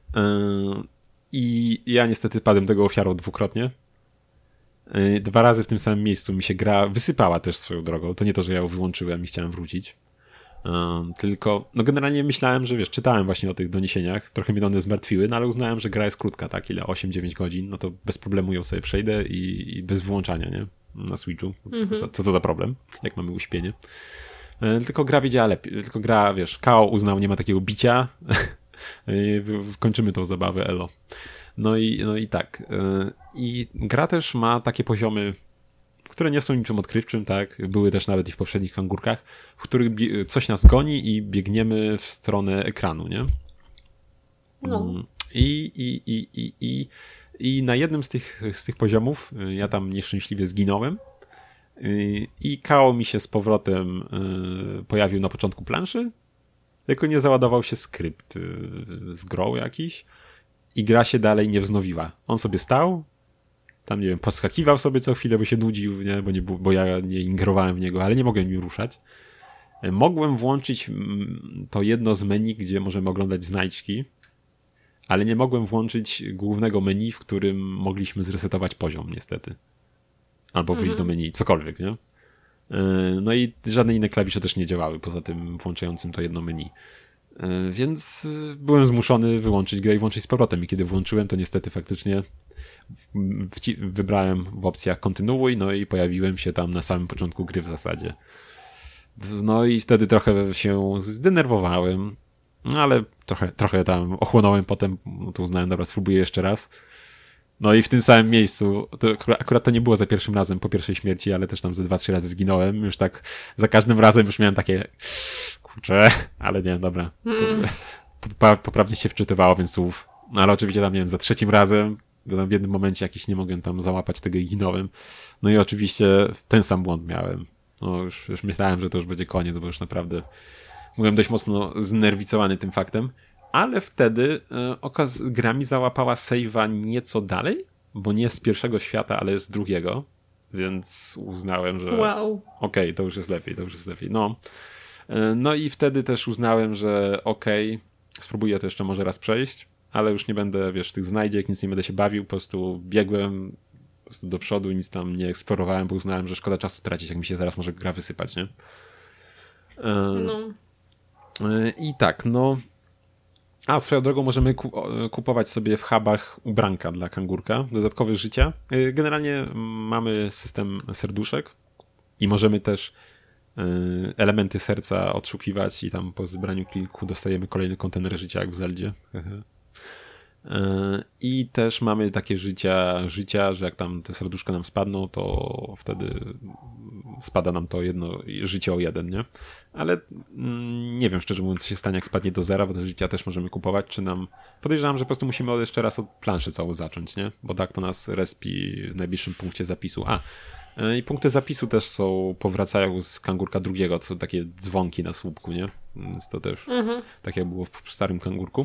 A: I ja niestety padłem tego ofiarą 2-krotnie. 2 razy w tym samym miejscu mi się gra wysypała też swoją drogą. To nie to, że ja ją wyłączyłem i chciałem wrócić. Tylko, no generalnie myślałem, że wiesz, czytałem właśnie o tych doniesieniach, trochę mnie one zmartwiły, no ale uznałem, że gra jest krótka, tak, ile? 8-9 godzin, no to bez problemu ją sobie przejdę i bez wyłączania, nie? Na Switchu. Co to za problem? Jak mamy uśpienie? Tylko gra wiedziała lepiej, tylko gra, wiesz, KO uznał, nie ma takiego bicia. Kończymy tą zabawę, elo. No i tak. I gra też ma takie poziomy, które nie są niczym odkrywczym, tak? Były też nawet i w poprzednich kangurkach, w których coś nas goni i biegniemy w stronę ekranu, nie?
B: No.
A: I na jednym z tych poziomów ja tam nieszczęśliwie zginąłem i KO mi się z powrotem pojawił na początku planszy, tylko nie załadował się skrypt z grą jakiś i gra się dalej nie wznowiła. On sobie stał, tam nie wiem, poskakiwał sobie co chwilę, bo się nudził, nie? Bo ja nie ingerowałem w niego, ale nie mogłem nim ruszać. Mogłem włączyć to jedno z menu, gdzie możemy oglądać znajdźki, ale nie mogłem włączyć głównego menu, w którym mogliśmy zresetować poziom, niestety. Albo wyjść do menu, cokolwiek, nie? No i żadne inne klawisze też nie działały, poza tym włączającym to jedno menu. Więc byłem zmuszony wyłączyć grę i włączyć z powrotem. I kiedy włączyłem, to niestety faktycznie wybrałem w opcjach kontynuuj, no i pojawiłem się tam na samym początku gry w zasadzie. No i wtedy trochę się zdenerwowałem, no ale trochę tam ochłonąłem potem, no to uznałem, dobra, spróbuję jeszcze raz. No i w tym samym miejscu, to akurat to nie było za pierwszym razem po pierwszej śmierci, ale też tam ze 2-3 razy zginąłem. Już tak za każdym razem już miałem takie kurczę, ale nie, dobra. Poprawnie się wczytywało, więc słów. No ale oczywiście tam, nie wiem, za 3 razem w jednym momencie jakiś nie mogłem tam załapać tego i ginąłem. No i oczywiście ten sam błąd miałem. No już myślałem, że to już będzie koniec, bo już naprawdę byłem dość mocno znerwicowany tym faktem. Ale wtedy gra mi załapała save'a nieco dalej, bo nie z pierwszego świata, ale z drugiego. Więc uznałem, że okej, to już jest lepiej. No i wtedy też uznałem, że spróbuję to jeszcze może raz przejść. ale już nie będę, wiesz, tych znajdziek, nic nie będę się bawił, po prostu biegłem po prostu do przodu, nic tam nie eksplorowałem, bo uznałem, że szkoda czasu tracić, jak mi się zaraz może gra wysypać, nie?
B: No.
A: I tak, no. A swoją drogą możemy kupować sobie w hubach ubranka dla kangurka, dodatkowe życia. Generalnie mamy system serduszek i możemy też elementy serca odszukiwać i tam po zebraniu kilku dostajemy kolejny kontener życia jak w Zeldzie. I też mamy takie życia, że jak tam te serduszka nam spadną, to wtedy spada nam to jedno życie o 1, nie? Ale nie wiem szczerze mówiąc, co się stanie, jak spadnie do 0, bo te życia też możemy kupować, czy nam... Podejrzewam, że po prostu musimy jeszcze raz od planszy całą zacząć, nie? Bo tak to nas respi w najbliższym punkcie zapisu. I punkty zapisu też powracają z kangurka drugiego, to są takie dzwonki na słupku, nie? Więc to też tak jak było w starym kangurku.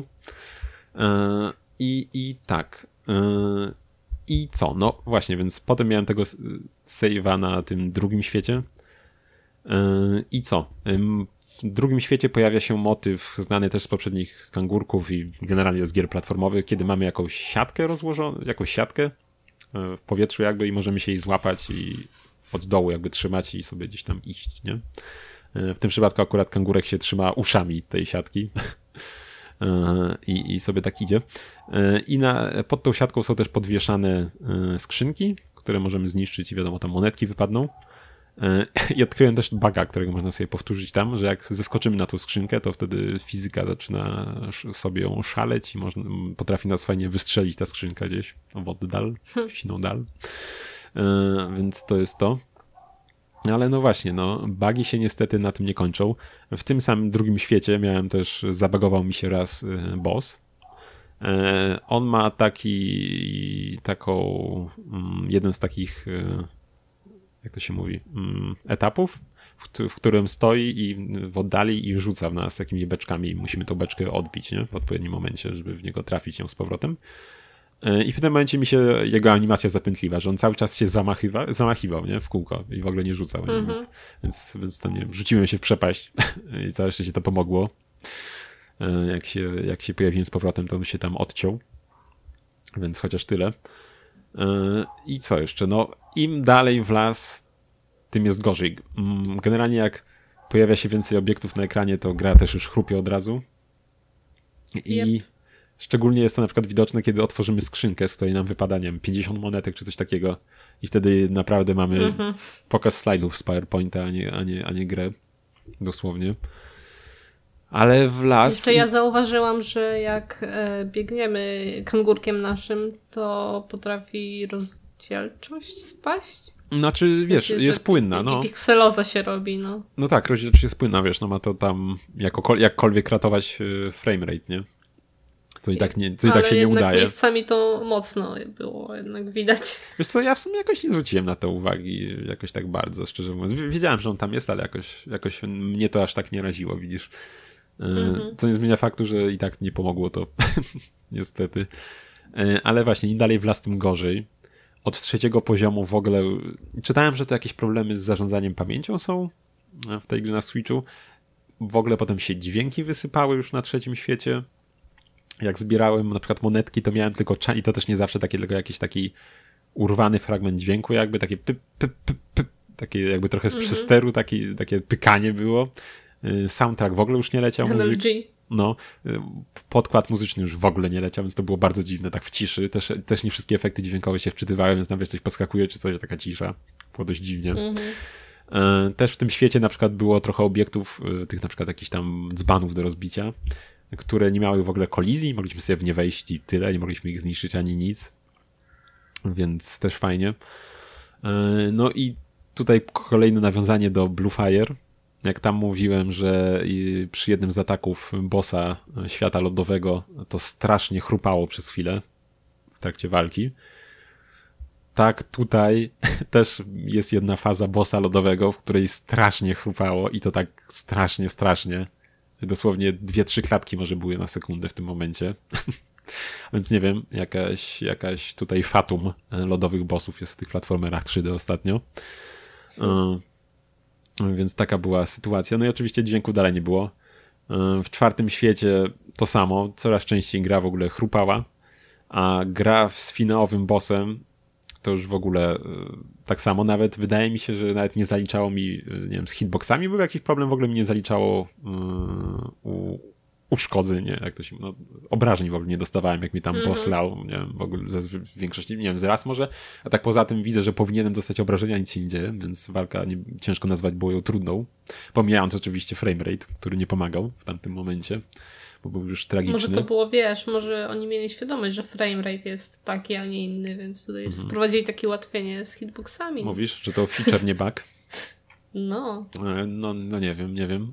A: I tak. I co? No właśnie, więc potem miałem tego save'a na tym drugim świecie. I co? W drugim świecie pojawia się motyw znany też z poprzednich kangurków i generalnie z gier platformowych, kiedy mamy jakąś siatkę rozłożoną, jakąś siatkę w powietrzu jakby i możemy się jej złapać i od dołu jakby trzymać i sobie gdzieś tam iść, nie? W tym przypadku akurat kangurek się trzyma uszami tej siatki. I sobie tak idzie. I pod tą siatką są też podwieszane skrzynki, które możemy zniszczyć i wiadomo, tam monetki wypadną. I odkryłem też buga, którego można sobie powtórzyć tam, że jak zeskoczymy na tą skrzynkę, to wtedy fizyka zaczyna sobie ją szaleć i potrafi nas fajnie wystrzelić ta skrzynka gdzieś w oddal, w siną dal. Więc to jest to. Ale no właśnie, no, bugi się niestety na tym nie kończą. W tym samym drugim świecie zabagował mi się raz boss. On ma jeden z takich, jak to się mówi, etapów, w którym stoi i w oddali i rzuca w nas jakimiś beczkami i musimy tą beczkę odbić, nie? W odpowiednim momencie, żeby w niego trafić ją z powrotem. I w tym momencie mi się jego animacja zapętliła, że on cały czas się zamachiwał, nie? W kółko i w ogóle nie rzucał. Więc to nie, rzuciłem się w przepaść i całe szczęście to pomogło. Jak się pojawiłem z powrotem, to on się tam odciął. Więc chociaż tyle. I co jeszcze? No, im dalej w las, tym jest gorzej. Generalnie jak pojawia się więcej obiektów na ekranie, to gra też już chrupie od razu. I szczególnie jest to na przykład widoczne, kiedy otworzymy skrzynkę, z której nam wypada, nie wiem, 50 monetek czy coś takiego i wtedy naprawdę mamy pokaz slajdów z PowerPointa, a nie grę. Dosłownie. Ale w las...
B: To ja zauważyłam, że jak biegniemy kangurkiem naszym, to potrafi rozdzielczość spaść.
A: Znaczy, w sensie, wiesz, jest płynna, no.
B: Pikseloza się robi, no.
A: No tak, rozdzielczość jest płynna, wiesz, no ma to tam jakkolwiek ratować framerate, nie? Co i tak się nie udaje. Ale
B: miejscami to mocno było jednak widać.
A: Wiesz co, ja w sumie jakoś nie zwróciłem na to uwagi jakoś tak bardzo, szczerze mówiąc. Wiedziałem, że on tam jest, ale jakoś mnie to aż tak nie raziło, widzisz. Co nie zmienia faktu, że i tak nie pomogło to. Niestety. Ale właśnie, im dalej w las, tym gorzej. Od 3. poziomu w ogóle... Czytałem, że to jakieś problemy z zarządzaniem pamięcią są w tej grze na Switchu. W ogóle potem się dźwięki wysypały już na 3. świecie. Jak zbierałem na przykład monetki, to miałem tylko i to też nie zawsze takie, tylko jakiś taki urwany fragment dźwięku, jakby takie takie jakby trochę z przesteru, takie pykanie było. Soundtrack w ogóle już nie leciał. No, podkład muzyczny już w ogóle nie leciał, więc to było bardzo dziwne, tak w ciszy. Też nie wszystkie efekty dźwiękowe się wczytywały, więc nawet coś podskakuje czy coś, taka cisza. Było dość dziwnie. Też w tym świecie na przykład było trochę obiektów, tych na przykład jakichś tam dzbanów do rozbicia, które nie miały w ogóle kolizji, mogliśmy sobie w nie wejść i tyle, nie mogliśmy ich zniszczyć ani nic, więc też fajnie. No i tutaj kolejne nawiązanie do Blue Fire. Jak tam mówiłem, że przy jednym z ataków bossa świata lodowego to strasznie chrupało przez chwilę w trakcie walki. Tak, tutaj też jest jedna faza bossa lodowego, w której strasznie chrupało i to tak strasznie. Dosłownie 2-3 klatki może były na sekundę w tym momencie. Więc nie wiem, jakaś tutaj fatum lodowych bossów jest w tych platformerach 3D ostatnio. Więc taka była sytuacja. No i oczywiście dźwięku dalej nie było. W czwartym świecie to samo, coraz częściej gra w ogóle chrupała, a gra z finałowym bossem to już w ogóle tak samo. Nawet wydaje mi się, że nawet nie zaliczało mi, nie wiem, z hitboxami był jakiś problem, w ogóle mi nie zaliczało uszkodzeń, nie? Jak to się, obrażeń w ogóle nie dostawałem, jak mi tam boss lał, nie wiem, w ogóle w większości, nie wiem, raz może, a tak poza tym widzę, że powinienem dostać obrażenia, nic się nie dzieje, więc walka ciężko nazwać było ją trudną. Pomijając oczywiście framerate, który nie pomagał w tamtym momencie, bo był już tragiczny.
B: Może to było, wiesz, może oni mieli świadomość, że framerate jest taki, a nie inny, więc tutaj wprowadzili takie ułatwienie z hitboxami.
A: Mówisz, że to feature, nie bug?
B: No.
A: No nie wiem.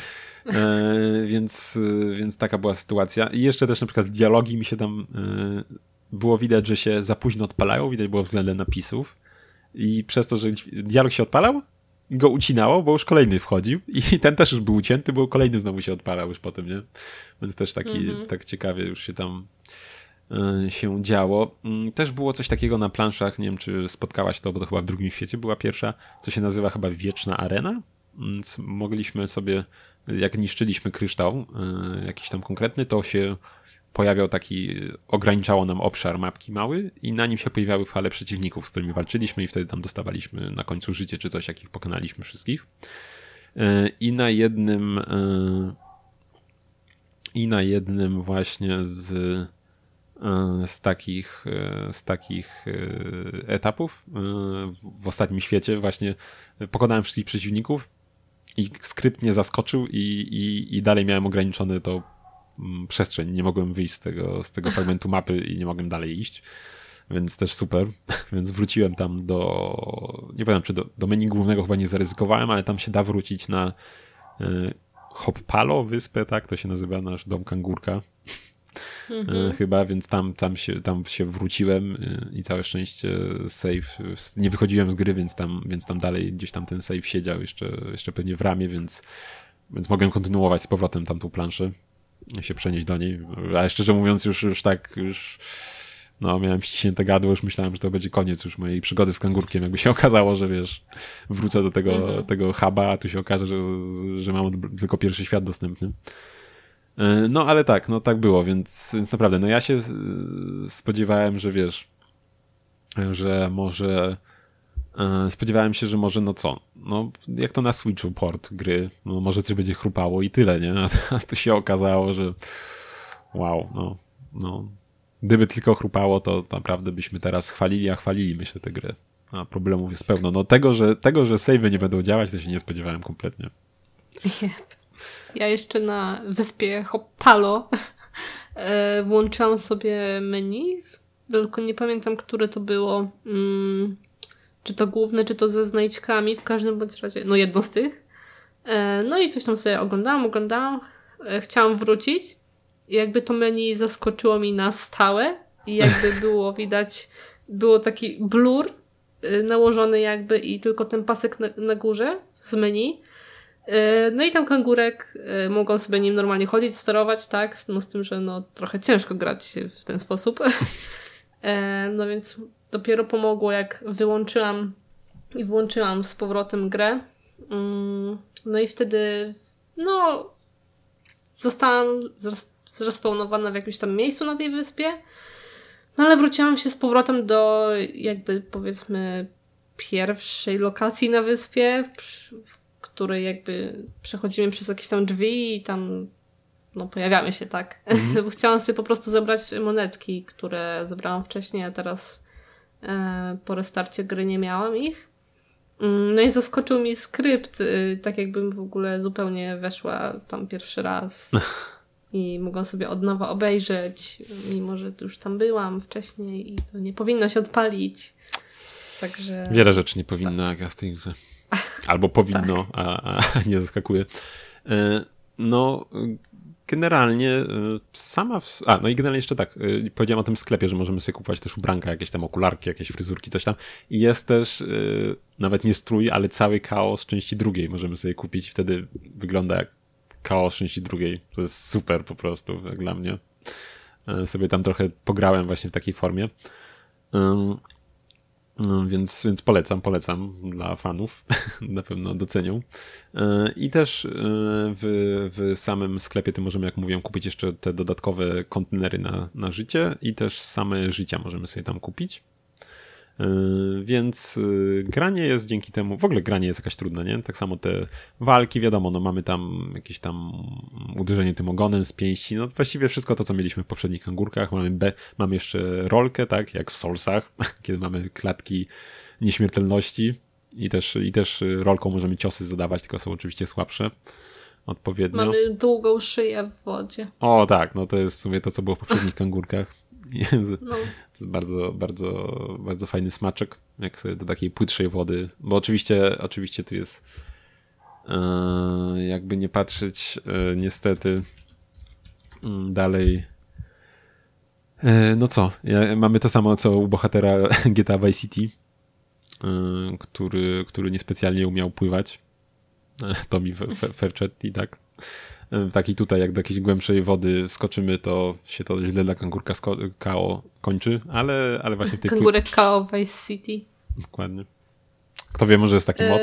A: Więc taka była sytuacja. I jeszcze też na przykład dialogi mi się tam było widać, że się za późno odpalają, widać było względem napisów i przez to, że dialog się odpalał, go ucinało, bo już kolejny wchodził i ten też już był ucięty, bo kolejny znowu się odpalał już potem, nie? Więc też tak ciekawie już się tam się działo. Też było coś takiego na planszach, nie wiem czy spotkałaś to, bo to chyba w drugim świecie była pierwsza, co się nazywa chyba Wieczna Arena. Więc mogliśmy sobie, jak niszczyliśmy kryształ jakiś tam konkretny, to się pojawiał taki, ograniczało nam obszar mapki mały i na nim się pojawiały fale przeciwników, z którymi walczyliśmy i wtedy tam dostawaliśmy na końcu życie czy coś, jakich pokonaliśmy wszystkich. I na jednym właśnie z takich etapów w ostatnim świecie właśnie pokonałem wszystkich przeciwników i skrypt nie zaskoczył i dalej miałem ograniczone to przestrzeń. Nie mogłem wyjść z tego fragmentu mapy i nie mogłem dalej iść, więc też super. Więc wróciłem tam nie pamiętam, czy do menu głównego chyba nie zaryzykowałem, ale tam się da wrócić na Hoppalo wyspę, tak? To się nazywa nasz dom kangurka. Chyba, więc tam się wróciłem i całe szczęście save, nie wychodziłem z gry, więc tam dalej gdzieś tam ten save siedział jeszcze pewnie w ramie, więc mogłem kontynuować z powrotem tamtą planszę, się przenieść do niej, a szczerze mówiąc już miałem ściśnięte gadło, już myślałem, że to będzie koniec już mojej przygody z kangurkiem, jakby się okazało, że wiesz, wrócę do tego huba, a tu się okaże, że mam tylko pierwszy świat dostępny. No ale tak, tak było, więc naprawdę, ja się spodziewałem, że wiesz, że może spodziewałem się, że może jak to na Switchu port gry, może coś będzie chrupało i tyle, nie? A to się okazało, że wow, gdyby tylko chrupało, to naprawdę byśmy teraz chwalili myślę tę grę, a problemów jest pełno. Tego, że save'y nie będą działać, to się nie spodziewałem kompletnie.
B: Yep. Ja jeszcze na wyspie Hoppalo włączyłam sobie menu, tylko nie pamiętam, które to było. Czy to główne, czy to ze znajdźkami, w każdym bądź razie, jedno z tych. No i coś tam sobie oglądałam. Chciałam wrócić i jakby to menu zaskoczyło mi na stałe i jakby było widać, było taki blur nałożony jakby i tylko ten pasek na górze z menu. No i tam kangurek mogą sobie nim normalnie chodzić, sterować, tak? Z tym, że trochę ciężko grać w ten sposób. No więc dopiero pomogło, jak wyłączyłam i włączyłam z powrotem grę. No i wtedy zostałam zrespawnowana w jakimś tam miejscu na tej wyspie. No ale wróciłam się z powrotem do jakby powiedzmy pierwszej lokacji na wyspie, w której jakby przechodzimy przez jakieś tam drzwi i tam pojawiamy się, tak. Bo chciałam sobie po prostu zebrać monetki, które zebrałam wcześniej, a teraz po restarcie gry nie miałam ich. No i zaskoczył mi skrypt, tak jakbym w ogóle zupełnie weszła tam pierwszy raz i mogłam sobie od nowa obejrzeć, mimo że już tam byłam wcześniej i to nie powinno się odpalić. Także...
A: Wiele rzeczy nie powinno, Aga, w tej grze. Albo powinno, tak. a nie zaskakuje. Generalnie sama... i generalnie jeszcze tak, powiedziałem o tym sklepie, że możemy sobie kupować też ubranka, jakieś tam okularki, jakieś fryzurki, coś tam. I jest też nawet nie strój, ale cały chaos części drugiej możemy sobie kupić i wtedy wygląda jak chaos części drugiej. To jest super po prostu, jak dla mnie. Sobie tam trochę pograłem właśnie w takiej formie. No, więc polecam dla fanów, na pewno docenią. I też w samym sklepie tym możemy, jak mówiłem, kupić jeszcze te dodatkowe kontenery na życie i też same życia możemy sobie tam kupić. Więc granie jest dzięki temu, w ogóle granie jest jakaś trudne, nie? Tak samo te walki, wiadomo, no mamy tam jakieś tam uderzenie tym ogonem z pięści, no właściwie wszystko to, co mieliśmy w poprzednich Kangurkach. Mamy jeszcze rolkę, tak, jak w Soulsach, kiedy mamy klatki nieśmiertelności i też rolką możemy ciosy zadawać, tylko są oczywiście słabsze odpowiednio.
B: Mamy długą szyję w wodzie.
A: O tak, no to jest w sumie to, co było w poprzednich Kangurkach.
B: No.
A: To jest bardzo, bardzo, bardzo fajny smaczek, jak sobie do takiej płytszej wody, bo oczywiście tu jest jakby nie patrzeć, niestety dalej no co, mamy to samo co u bohatera GTA Vice City, który niespecjalnie umiał pływać, Tommy Vercetti, tak? W takiej tutaj, jak do jakiejś głębszej wody skoczymy, to się to źle dla kangurka KO kończy, ale właśnie tej
B: Kangurek KO Vice City.
A: Dokładnie. Kto wie, może jest taki mod.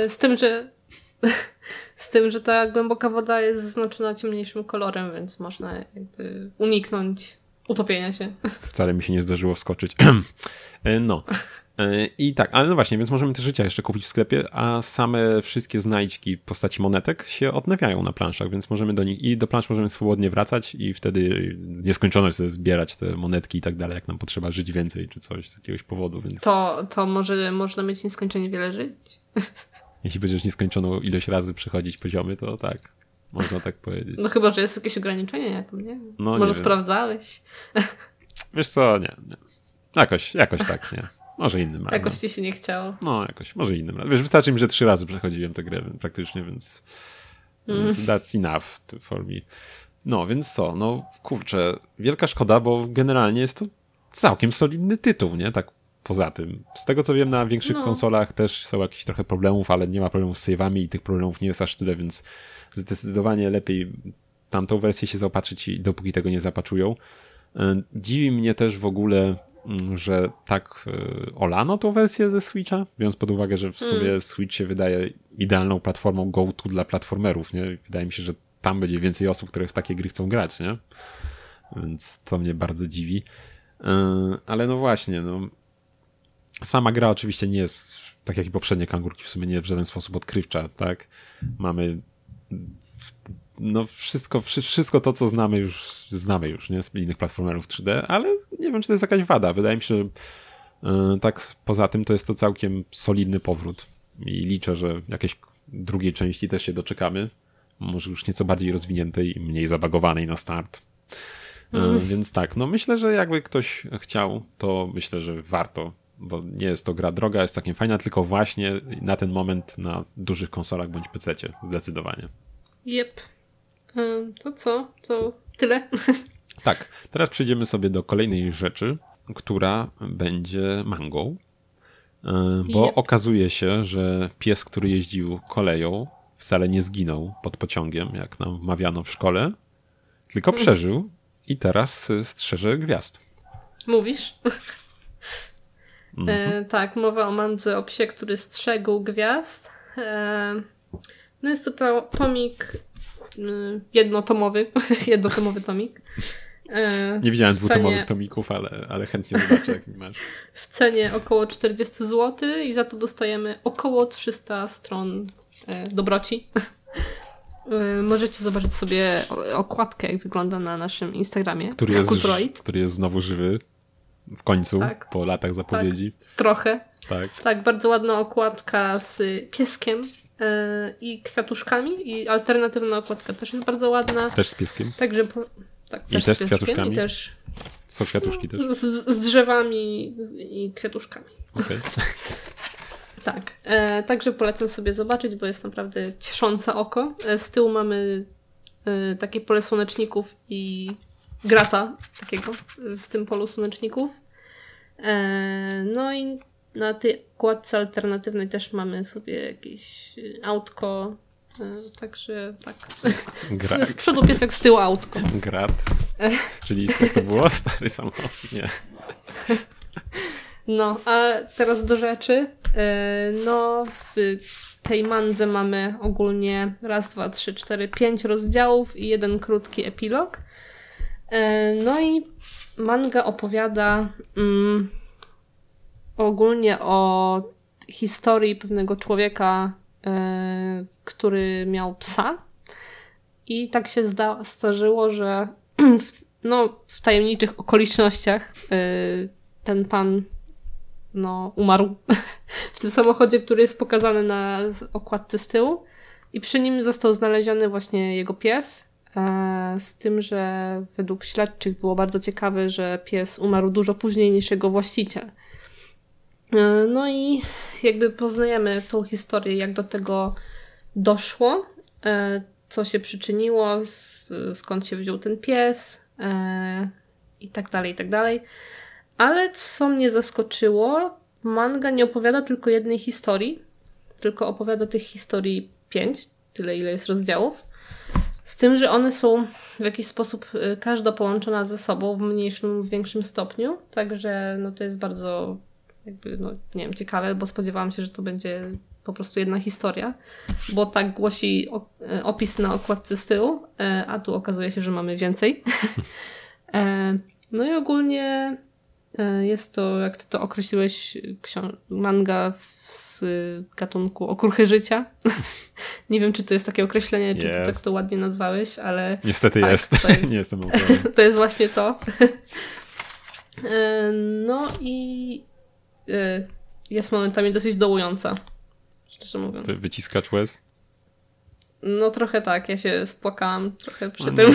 B: Z tym, że ta głęboka woda jest zaznaczona ciemniejszym kolorem, więc można jakby uniknąć utopienia się.
A: Wcale mi się nie zdarzyło wskoczyć. No. I tak, ale no właśnie, więc możemy te życia jeszcze kupić w sklepie, a same wszystkie znajdźki w postaci monetek się odnawiają na planszach, więc możemy do nich i do plansz możemy swobodnie wracać i wtedy nieskończoność sobie zbierać te monetki i tak dalej, jak nam potrzeba żyć więcej czy coś z jakiegoś powodu, więc...
B: To może można mieć nieskończenie wiele żyć?
A: Jeśli będziesz nieskończoną ilość razy przechodzić poziomy, to tak, można tak powiedzieć.
B: No chyba, że jest jakieś ograniczenie, ja tam nie wiem.
A: No,
B: może
A: nie
B: sprawdzałeś?
A: Wiesz co, nie. Jakoś tak, nie. Może innym razem.
B: Jakoś ci się nie chciało.
A: No, jakoś, może innym razem. Wiesz, wystarczy mi, że 3 razy przechodziłem tę grę praktycznie, więc that's enough for me. No, więc co? No, kurczę, wielka szkoda, bo generalnie jest to całkiem solidny tytuł, nie? Tak poza tym. Z tego, co wiem, na większych konsolach też są jakieś trochę problemów, ale nie ma problemów z save'ami i tych problemów nie jest aż tyle, więc zdecydowanie lepiej tamtą wersję się zaopatrzyć i dopóki tego nie zapaczują. Dziwi mnie też w ogóle, że tak olano tą wersję ze Switcha, biorąc pod uwagę, że w sumie Switch się wydaje idealną platformą go-to dla platformerów, nie? Wydaje mi się, że tam będzie więcej osób, które w takie gry chcą grać, nie? Więc to mnie bardzo dziwi. Ale no właśnie, no sama gra oczywiście nie jest, tak jak i poprzednie Kangurki, w sumie nie w żaden sposób odkrywcza, tak? Mamy no wszystko to, co znamy już, nie? Z innych platformerów 3D, ale nie wiem, czy to jest jakaś wada. Wydaje mi się, że tak poza tym to jest to całkiem solidny powrót i liczę, że jakiejś drugiej części też się doczekamy. Może już nieco bardziej rozwiniętej i mniej zabagowanej na start. Więc tak, no myślę, że jakby ktoś chciał, to myślę, że warto, bo nie jest to gra droga, jest całkiem fajna, tylko właśnie na ten moment na dużych konsolach bądź PC-cie, zdecydowanie.
B: Jep. To co? To tyle?
A: Tak, teraz przejdziemy sobie do kolejnej rzeczy, która będzie mangą, bo okazuje się, że pies, który jeździł koleją, wcale nie zginął pod pociągiem, jak nam wmawiano w szkole, tylko przeżył i teraz strzeże gwiazd.
B: Mówisz? Tak, mowa o mandze o psie, który strzegł gwiazd. No jest to tomik jednotomowy tomik.
A: Nie widziałem dwutomowych tomików, ale chętnie zobaczę, jak masz.
B: W cenie około 40 zł i za to dostajemy około 300 stron dobroci. Możecie zobaczyć sobie okładkę, jak wygląda na naszym Instagramie.
A: Który jest znowu żywy w końcu, tak, po latach zapowiedzi.
B: Tak, trochę.
A: Tak.
B: Tak, bardzo ładna okładka z pieskiem i kwiatuszkami i alternatywna okładka też jest bardzo ładna.
A: Też z pieskiem?
B: Także
A: i też z kwiatuszkami?
B: I też
A: są kwiatuszki też?
B: Z drzewami i kwiatuszkami.
A: Okay.
B: Tak, także polecam sobie zobaczyć, bo jest naprawdę cieszące oko. Z tyłu mamy takie pole słoneczników i grata takiego w tym polu słoneczników. No i na tej okładce alternatywnej też mamy sobie jakieś autko, także tak. Z przodu piesek, z tyłu autko.
A: Grat. Czyli jak to było? Stary samochód? Nie.
B: No, a teraz do rzeczy. No, w tej mandze mamy ogólnie 5 rozdziałów i 1 krótki epilog. No i manga opowiada ogólnie o historii pewnego człowieka, który miał psa. I tak się zdarzyło, że w tajemniczych okolicznościach ten pan umarł w tym samochodzie, który jest pokazany na okładce z tyłu. I przy nim został znaleziony właśnie jego pies. Z tym, że według śledczych było bardzo ciekawe, że pies umarł dużo później niż jego właściciel. No i jakby poznajemy tą historię, jak do tego doszło, co się przyczyniło, skąd się wziął ten pies i tak dalej, i tak dalej. Ale co mnie zaskoczyło, manga nie opowiada tylko jednej historii, tylko opowiada tych historii 5, tyle ile jest rozdziałów. Z tym, że one są w jakiś sposób każda połączona ze sobą w mniejszym lub większym stopniu. Także to jest bardzo nie wiem, ciekawe, bo spodziewałam się, że to będzie po prostu jedna historia, bo tak głosi opis na okładce z tyłu, a tu okazuje się, że mamy więcej. No i ogólnie jest to, jak ty to określiłeś, manga z gatunku okruchy życia. Nie wiem, czy to jest takie określenie, czy ty tak to ładnie nazwałeś, ale...
A: Niestety tak, jest. Nie jestem autorem.
B: To jest właśnie to. No i jest momentami dosyć dołująca, szczerze mówiąc.
A: Wyciskacz łez?
B: No trochę tak, ja się spłakałam trochę przy tym.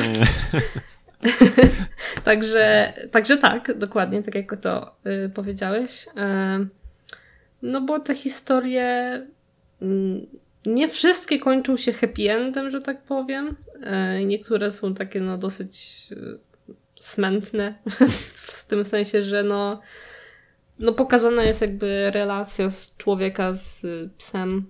B: Także tak, dokładnie, tak jak to powiedziałeś. No bo te historie nie wszystkie kończą się happy endem, że tak powiem. Niektóre są takie dosyć smętne, w tym sensie, że pokazana jest jakby relacja z człowieka z psem.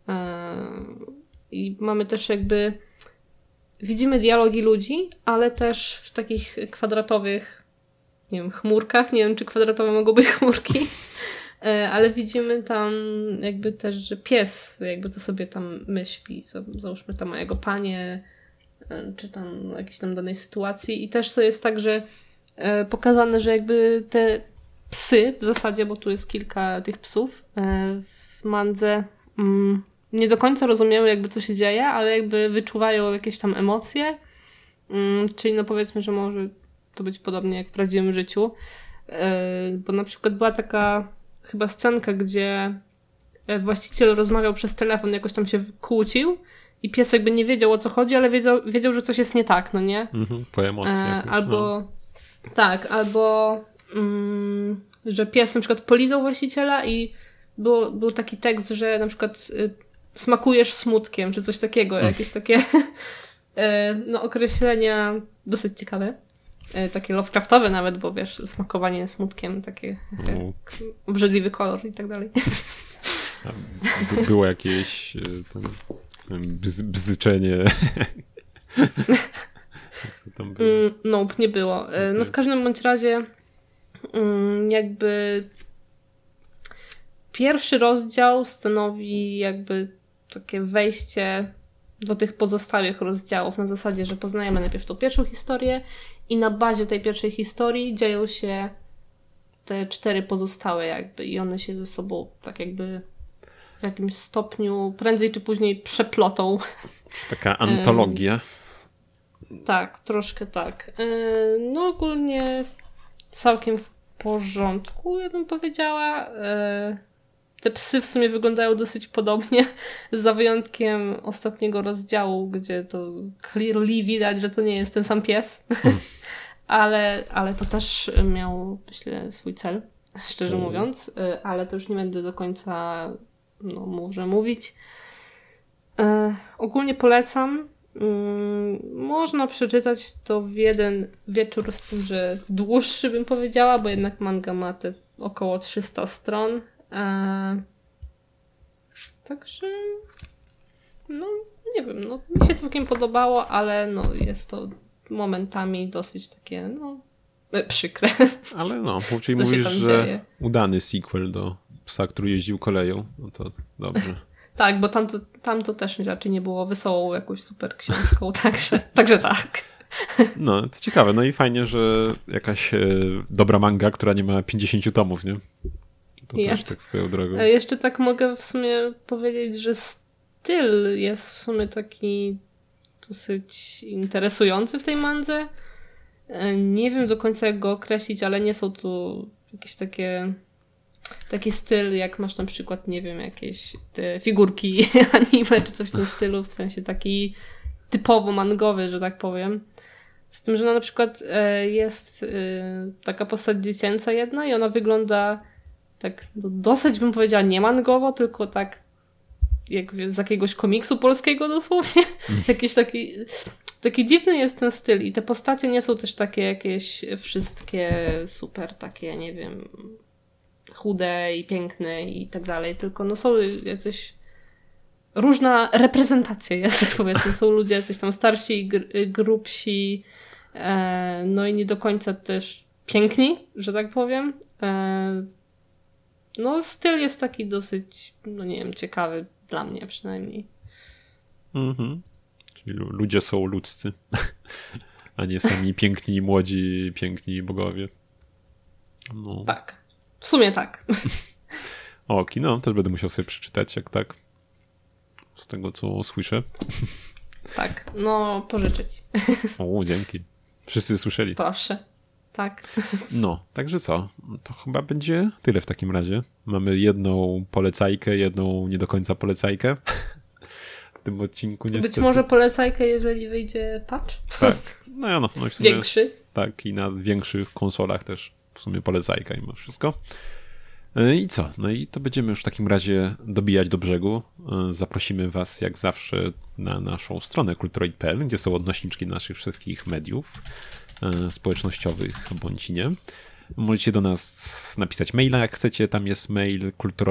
B: I mamy też widzimy dialogi ludzi, ale też w takich kwadratowych, nie wiem, chmurkach. Nie wiem, czy kwadratowe mogą być chmurki, ale widzimy tam też, że pies to sobie tam myśli. Załóżmy tam o jego panie, czy tam o jakiejś tam danej sytuacji. I też to jest tak, że pokazane, że te psy w zasadzie, bo tu jest kilka tych psów w mandze, nie do końca rozumieją co się dzieje, ale wyczuwają jakieś tam emocje. Czyli powiedzmy, że może to być podobnie jak w prawdziwym życiu. Bo na przykład była taka chyba scenka, gdzie właściciel rozmawiał przez telefon, jakoś tam się kłócił i pies nie wiedział, o co chodzi, ale wiedział, że coś jest nie tak, no nie?
A: Po emocjach.
B: Albo tak, albo że pies na przykład polizał właściciela i był taki tekst, że na przykład smakujesz smutkiem, czy coś takiego, jakieś takie określenia dosyć ciekawe. Takie Lovecraftowe nawet, bo wiesz, smakowanie smutkiem, takie obrzydliwy kolor i tak dalej.
A: Było jakieś bzyczenie.
B: Nope, nie było. No w każdym bądź razie pierwszy rozdział stanowi takie wejście do tych pozostałych rozdziałów na zasadzie, że poznajemy najpierw tą pierwszą historię i na bazie tej pierwszej historii dzieją się te 4 pozostałe i one się ze sobą tak w jakimś stopniu prędzej czy później przeplotą.
A: Taka antologia.
B: Tak, troszkę tak. No ogólnie całkiem w porządku, ja bym powiedziała. Te psy w sumie wyglądają dosyć podobnie, za wyjątkiem ostatniego rozdziału, gdzie to clearly widać, że to nie jest ten sam pies. ale to też miał, myślę, swój cel, szczerze mówiąc. Ale to już nie będę do końca może mówić. Ogólnie polecam. Można przeczytać to w jeden wieczór, z tym, że dłuższy bym powiedziała, bo jednak manga ma te około 300 stron. Także nie wiem, mi się całkiem podobało, ale jest to momentami dosyć takie przykre.
A: Ale no, czyli mówisz, że dzieje. Udany sequel do Psa, który jeździł koleją. No to dobrze.
B: Tak, bo tam to też raczej nie było wesołą jakąś super książką, także tak.
A: No, to ciekawe. No i fajnie, że jakaś dobra manga, która nie ma 50 tomów, nie? To też tak swoją drogą.
B: Jeszcze tak mogę w sumie powiedzieć, że styl jest w sumie taki dosyć interesujący w tej mandze. Nie wiem do końca jak go określić, ale nie są tu jakieś taki styl, jak masz na przykład, nie wiem, jakieś te figurki anime czy coś w tym stylu, w sensie taki typowo mangowy, że tak powiem. Z tym, że na przykład jest taka postać dziecięca jedna i ona wygląda tak dosyć, bym powiedziała, nie mangowo, tylko tak jak z jakiegoś komiksu polskiego dosłownie. Jakiś taki dziwny jest ten styl i te postacie nie są też takie jakieś wszystkie super takie, nie wiem, chude i piękne i tak dalej, tylko no są jacyś różna reprezentacja jest, powiedzmy. Są ludzie jacyś tam starsi i grubsi, no i nie do końca też piękni, że tak powiem. No styl jest taki dosyć, no nie wiem, ciekawy dla mnie przynajmniej.
A: Czyli ludzie są ludzcy, a nie sami piękni, młodzi, piękni bogowie. No.
B: Tak. W sumie tak.
A: Oki, no też będę musiał sobie przeczytać, jak tak. Z tego, co słyszę.
B: Tak, no pożyczyć.
A: O, dzięki. Wszyscy słyszeli.
B: Proszę. Tak.
A: No, także co? To chyba będzie tyle w takim razie. Mamy jedną polecajkę, jedną nie do końca polecajkę. W tym odcinku niestety.
B: Być może polecajkę, jeżeli wyjdzie patch.
A: Tak. No w sumie,
B: większy.
A: Tak, i na większych konsolach też w sumie polecajka i ma wszystko. I co? No i to będziemy już w takim razie dobijać do brzegu. Zaprosimy was jak zawsze na naszą stronę kulturoid.pl, gdzie są odnośniczki naszych wszystkich mediów społecznościowych bądź nie. Możecie do nas napisać maila, jak chcecie. Tam jest mail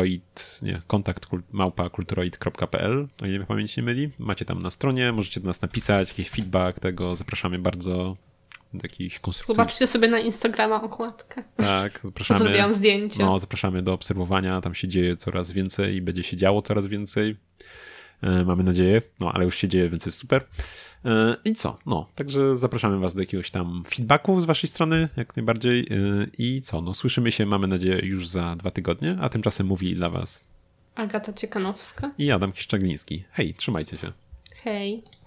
A: kontakt@kulturoid.pl, o ile mnie pamięć nie myli. Macie tam na stronie, możecie do nas napisać jakiś feedback tego. Zapraszamy bardzo. Jakiś konstruktywny.
B: Zobaczcie sobie na Instagrama okładkę.
A: Tak, zapraszamy.
B: Zrobiłam zdjęcie.
A: No, zapraszamy do obserwowania. Tam się dzieje coraz więcej i będzie się działo coraz więcej. Mamy nadzieję. No, ale już się dzieje, więc jest super. I co? No, także zapraszamy was do jakiegoś tam feedbacku z waszej strony, jak najbardziej. I co? No, słyszymy się, mamy nadzieję, już za 2 tygodnie, a tymczasem mówi dla was
B: Agata Ciekanowska
A: i Adam Kiszczagliński. Hej, trzymajcie się.
B: Hej.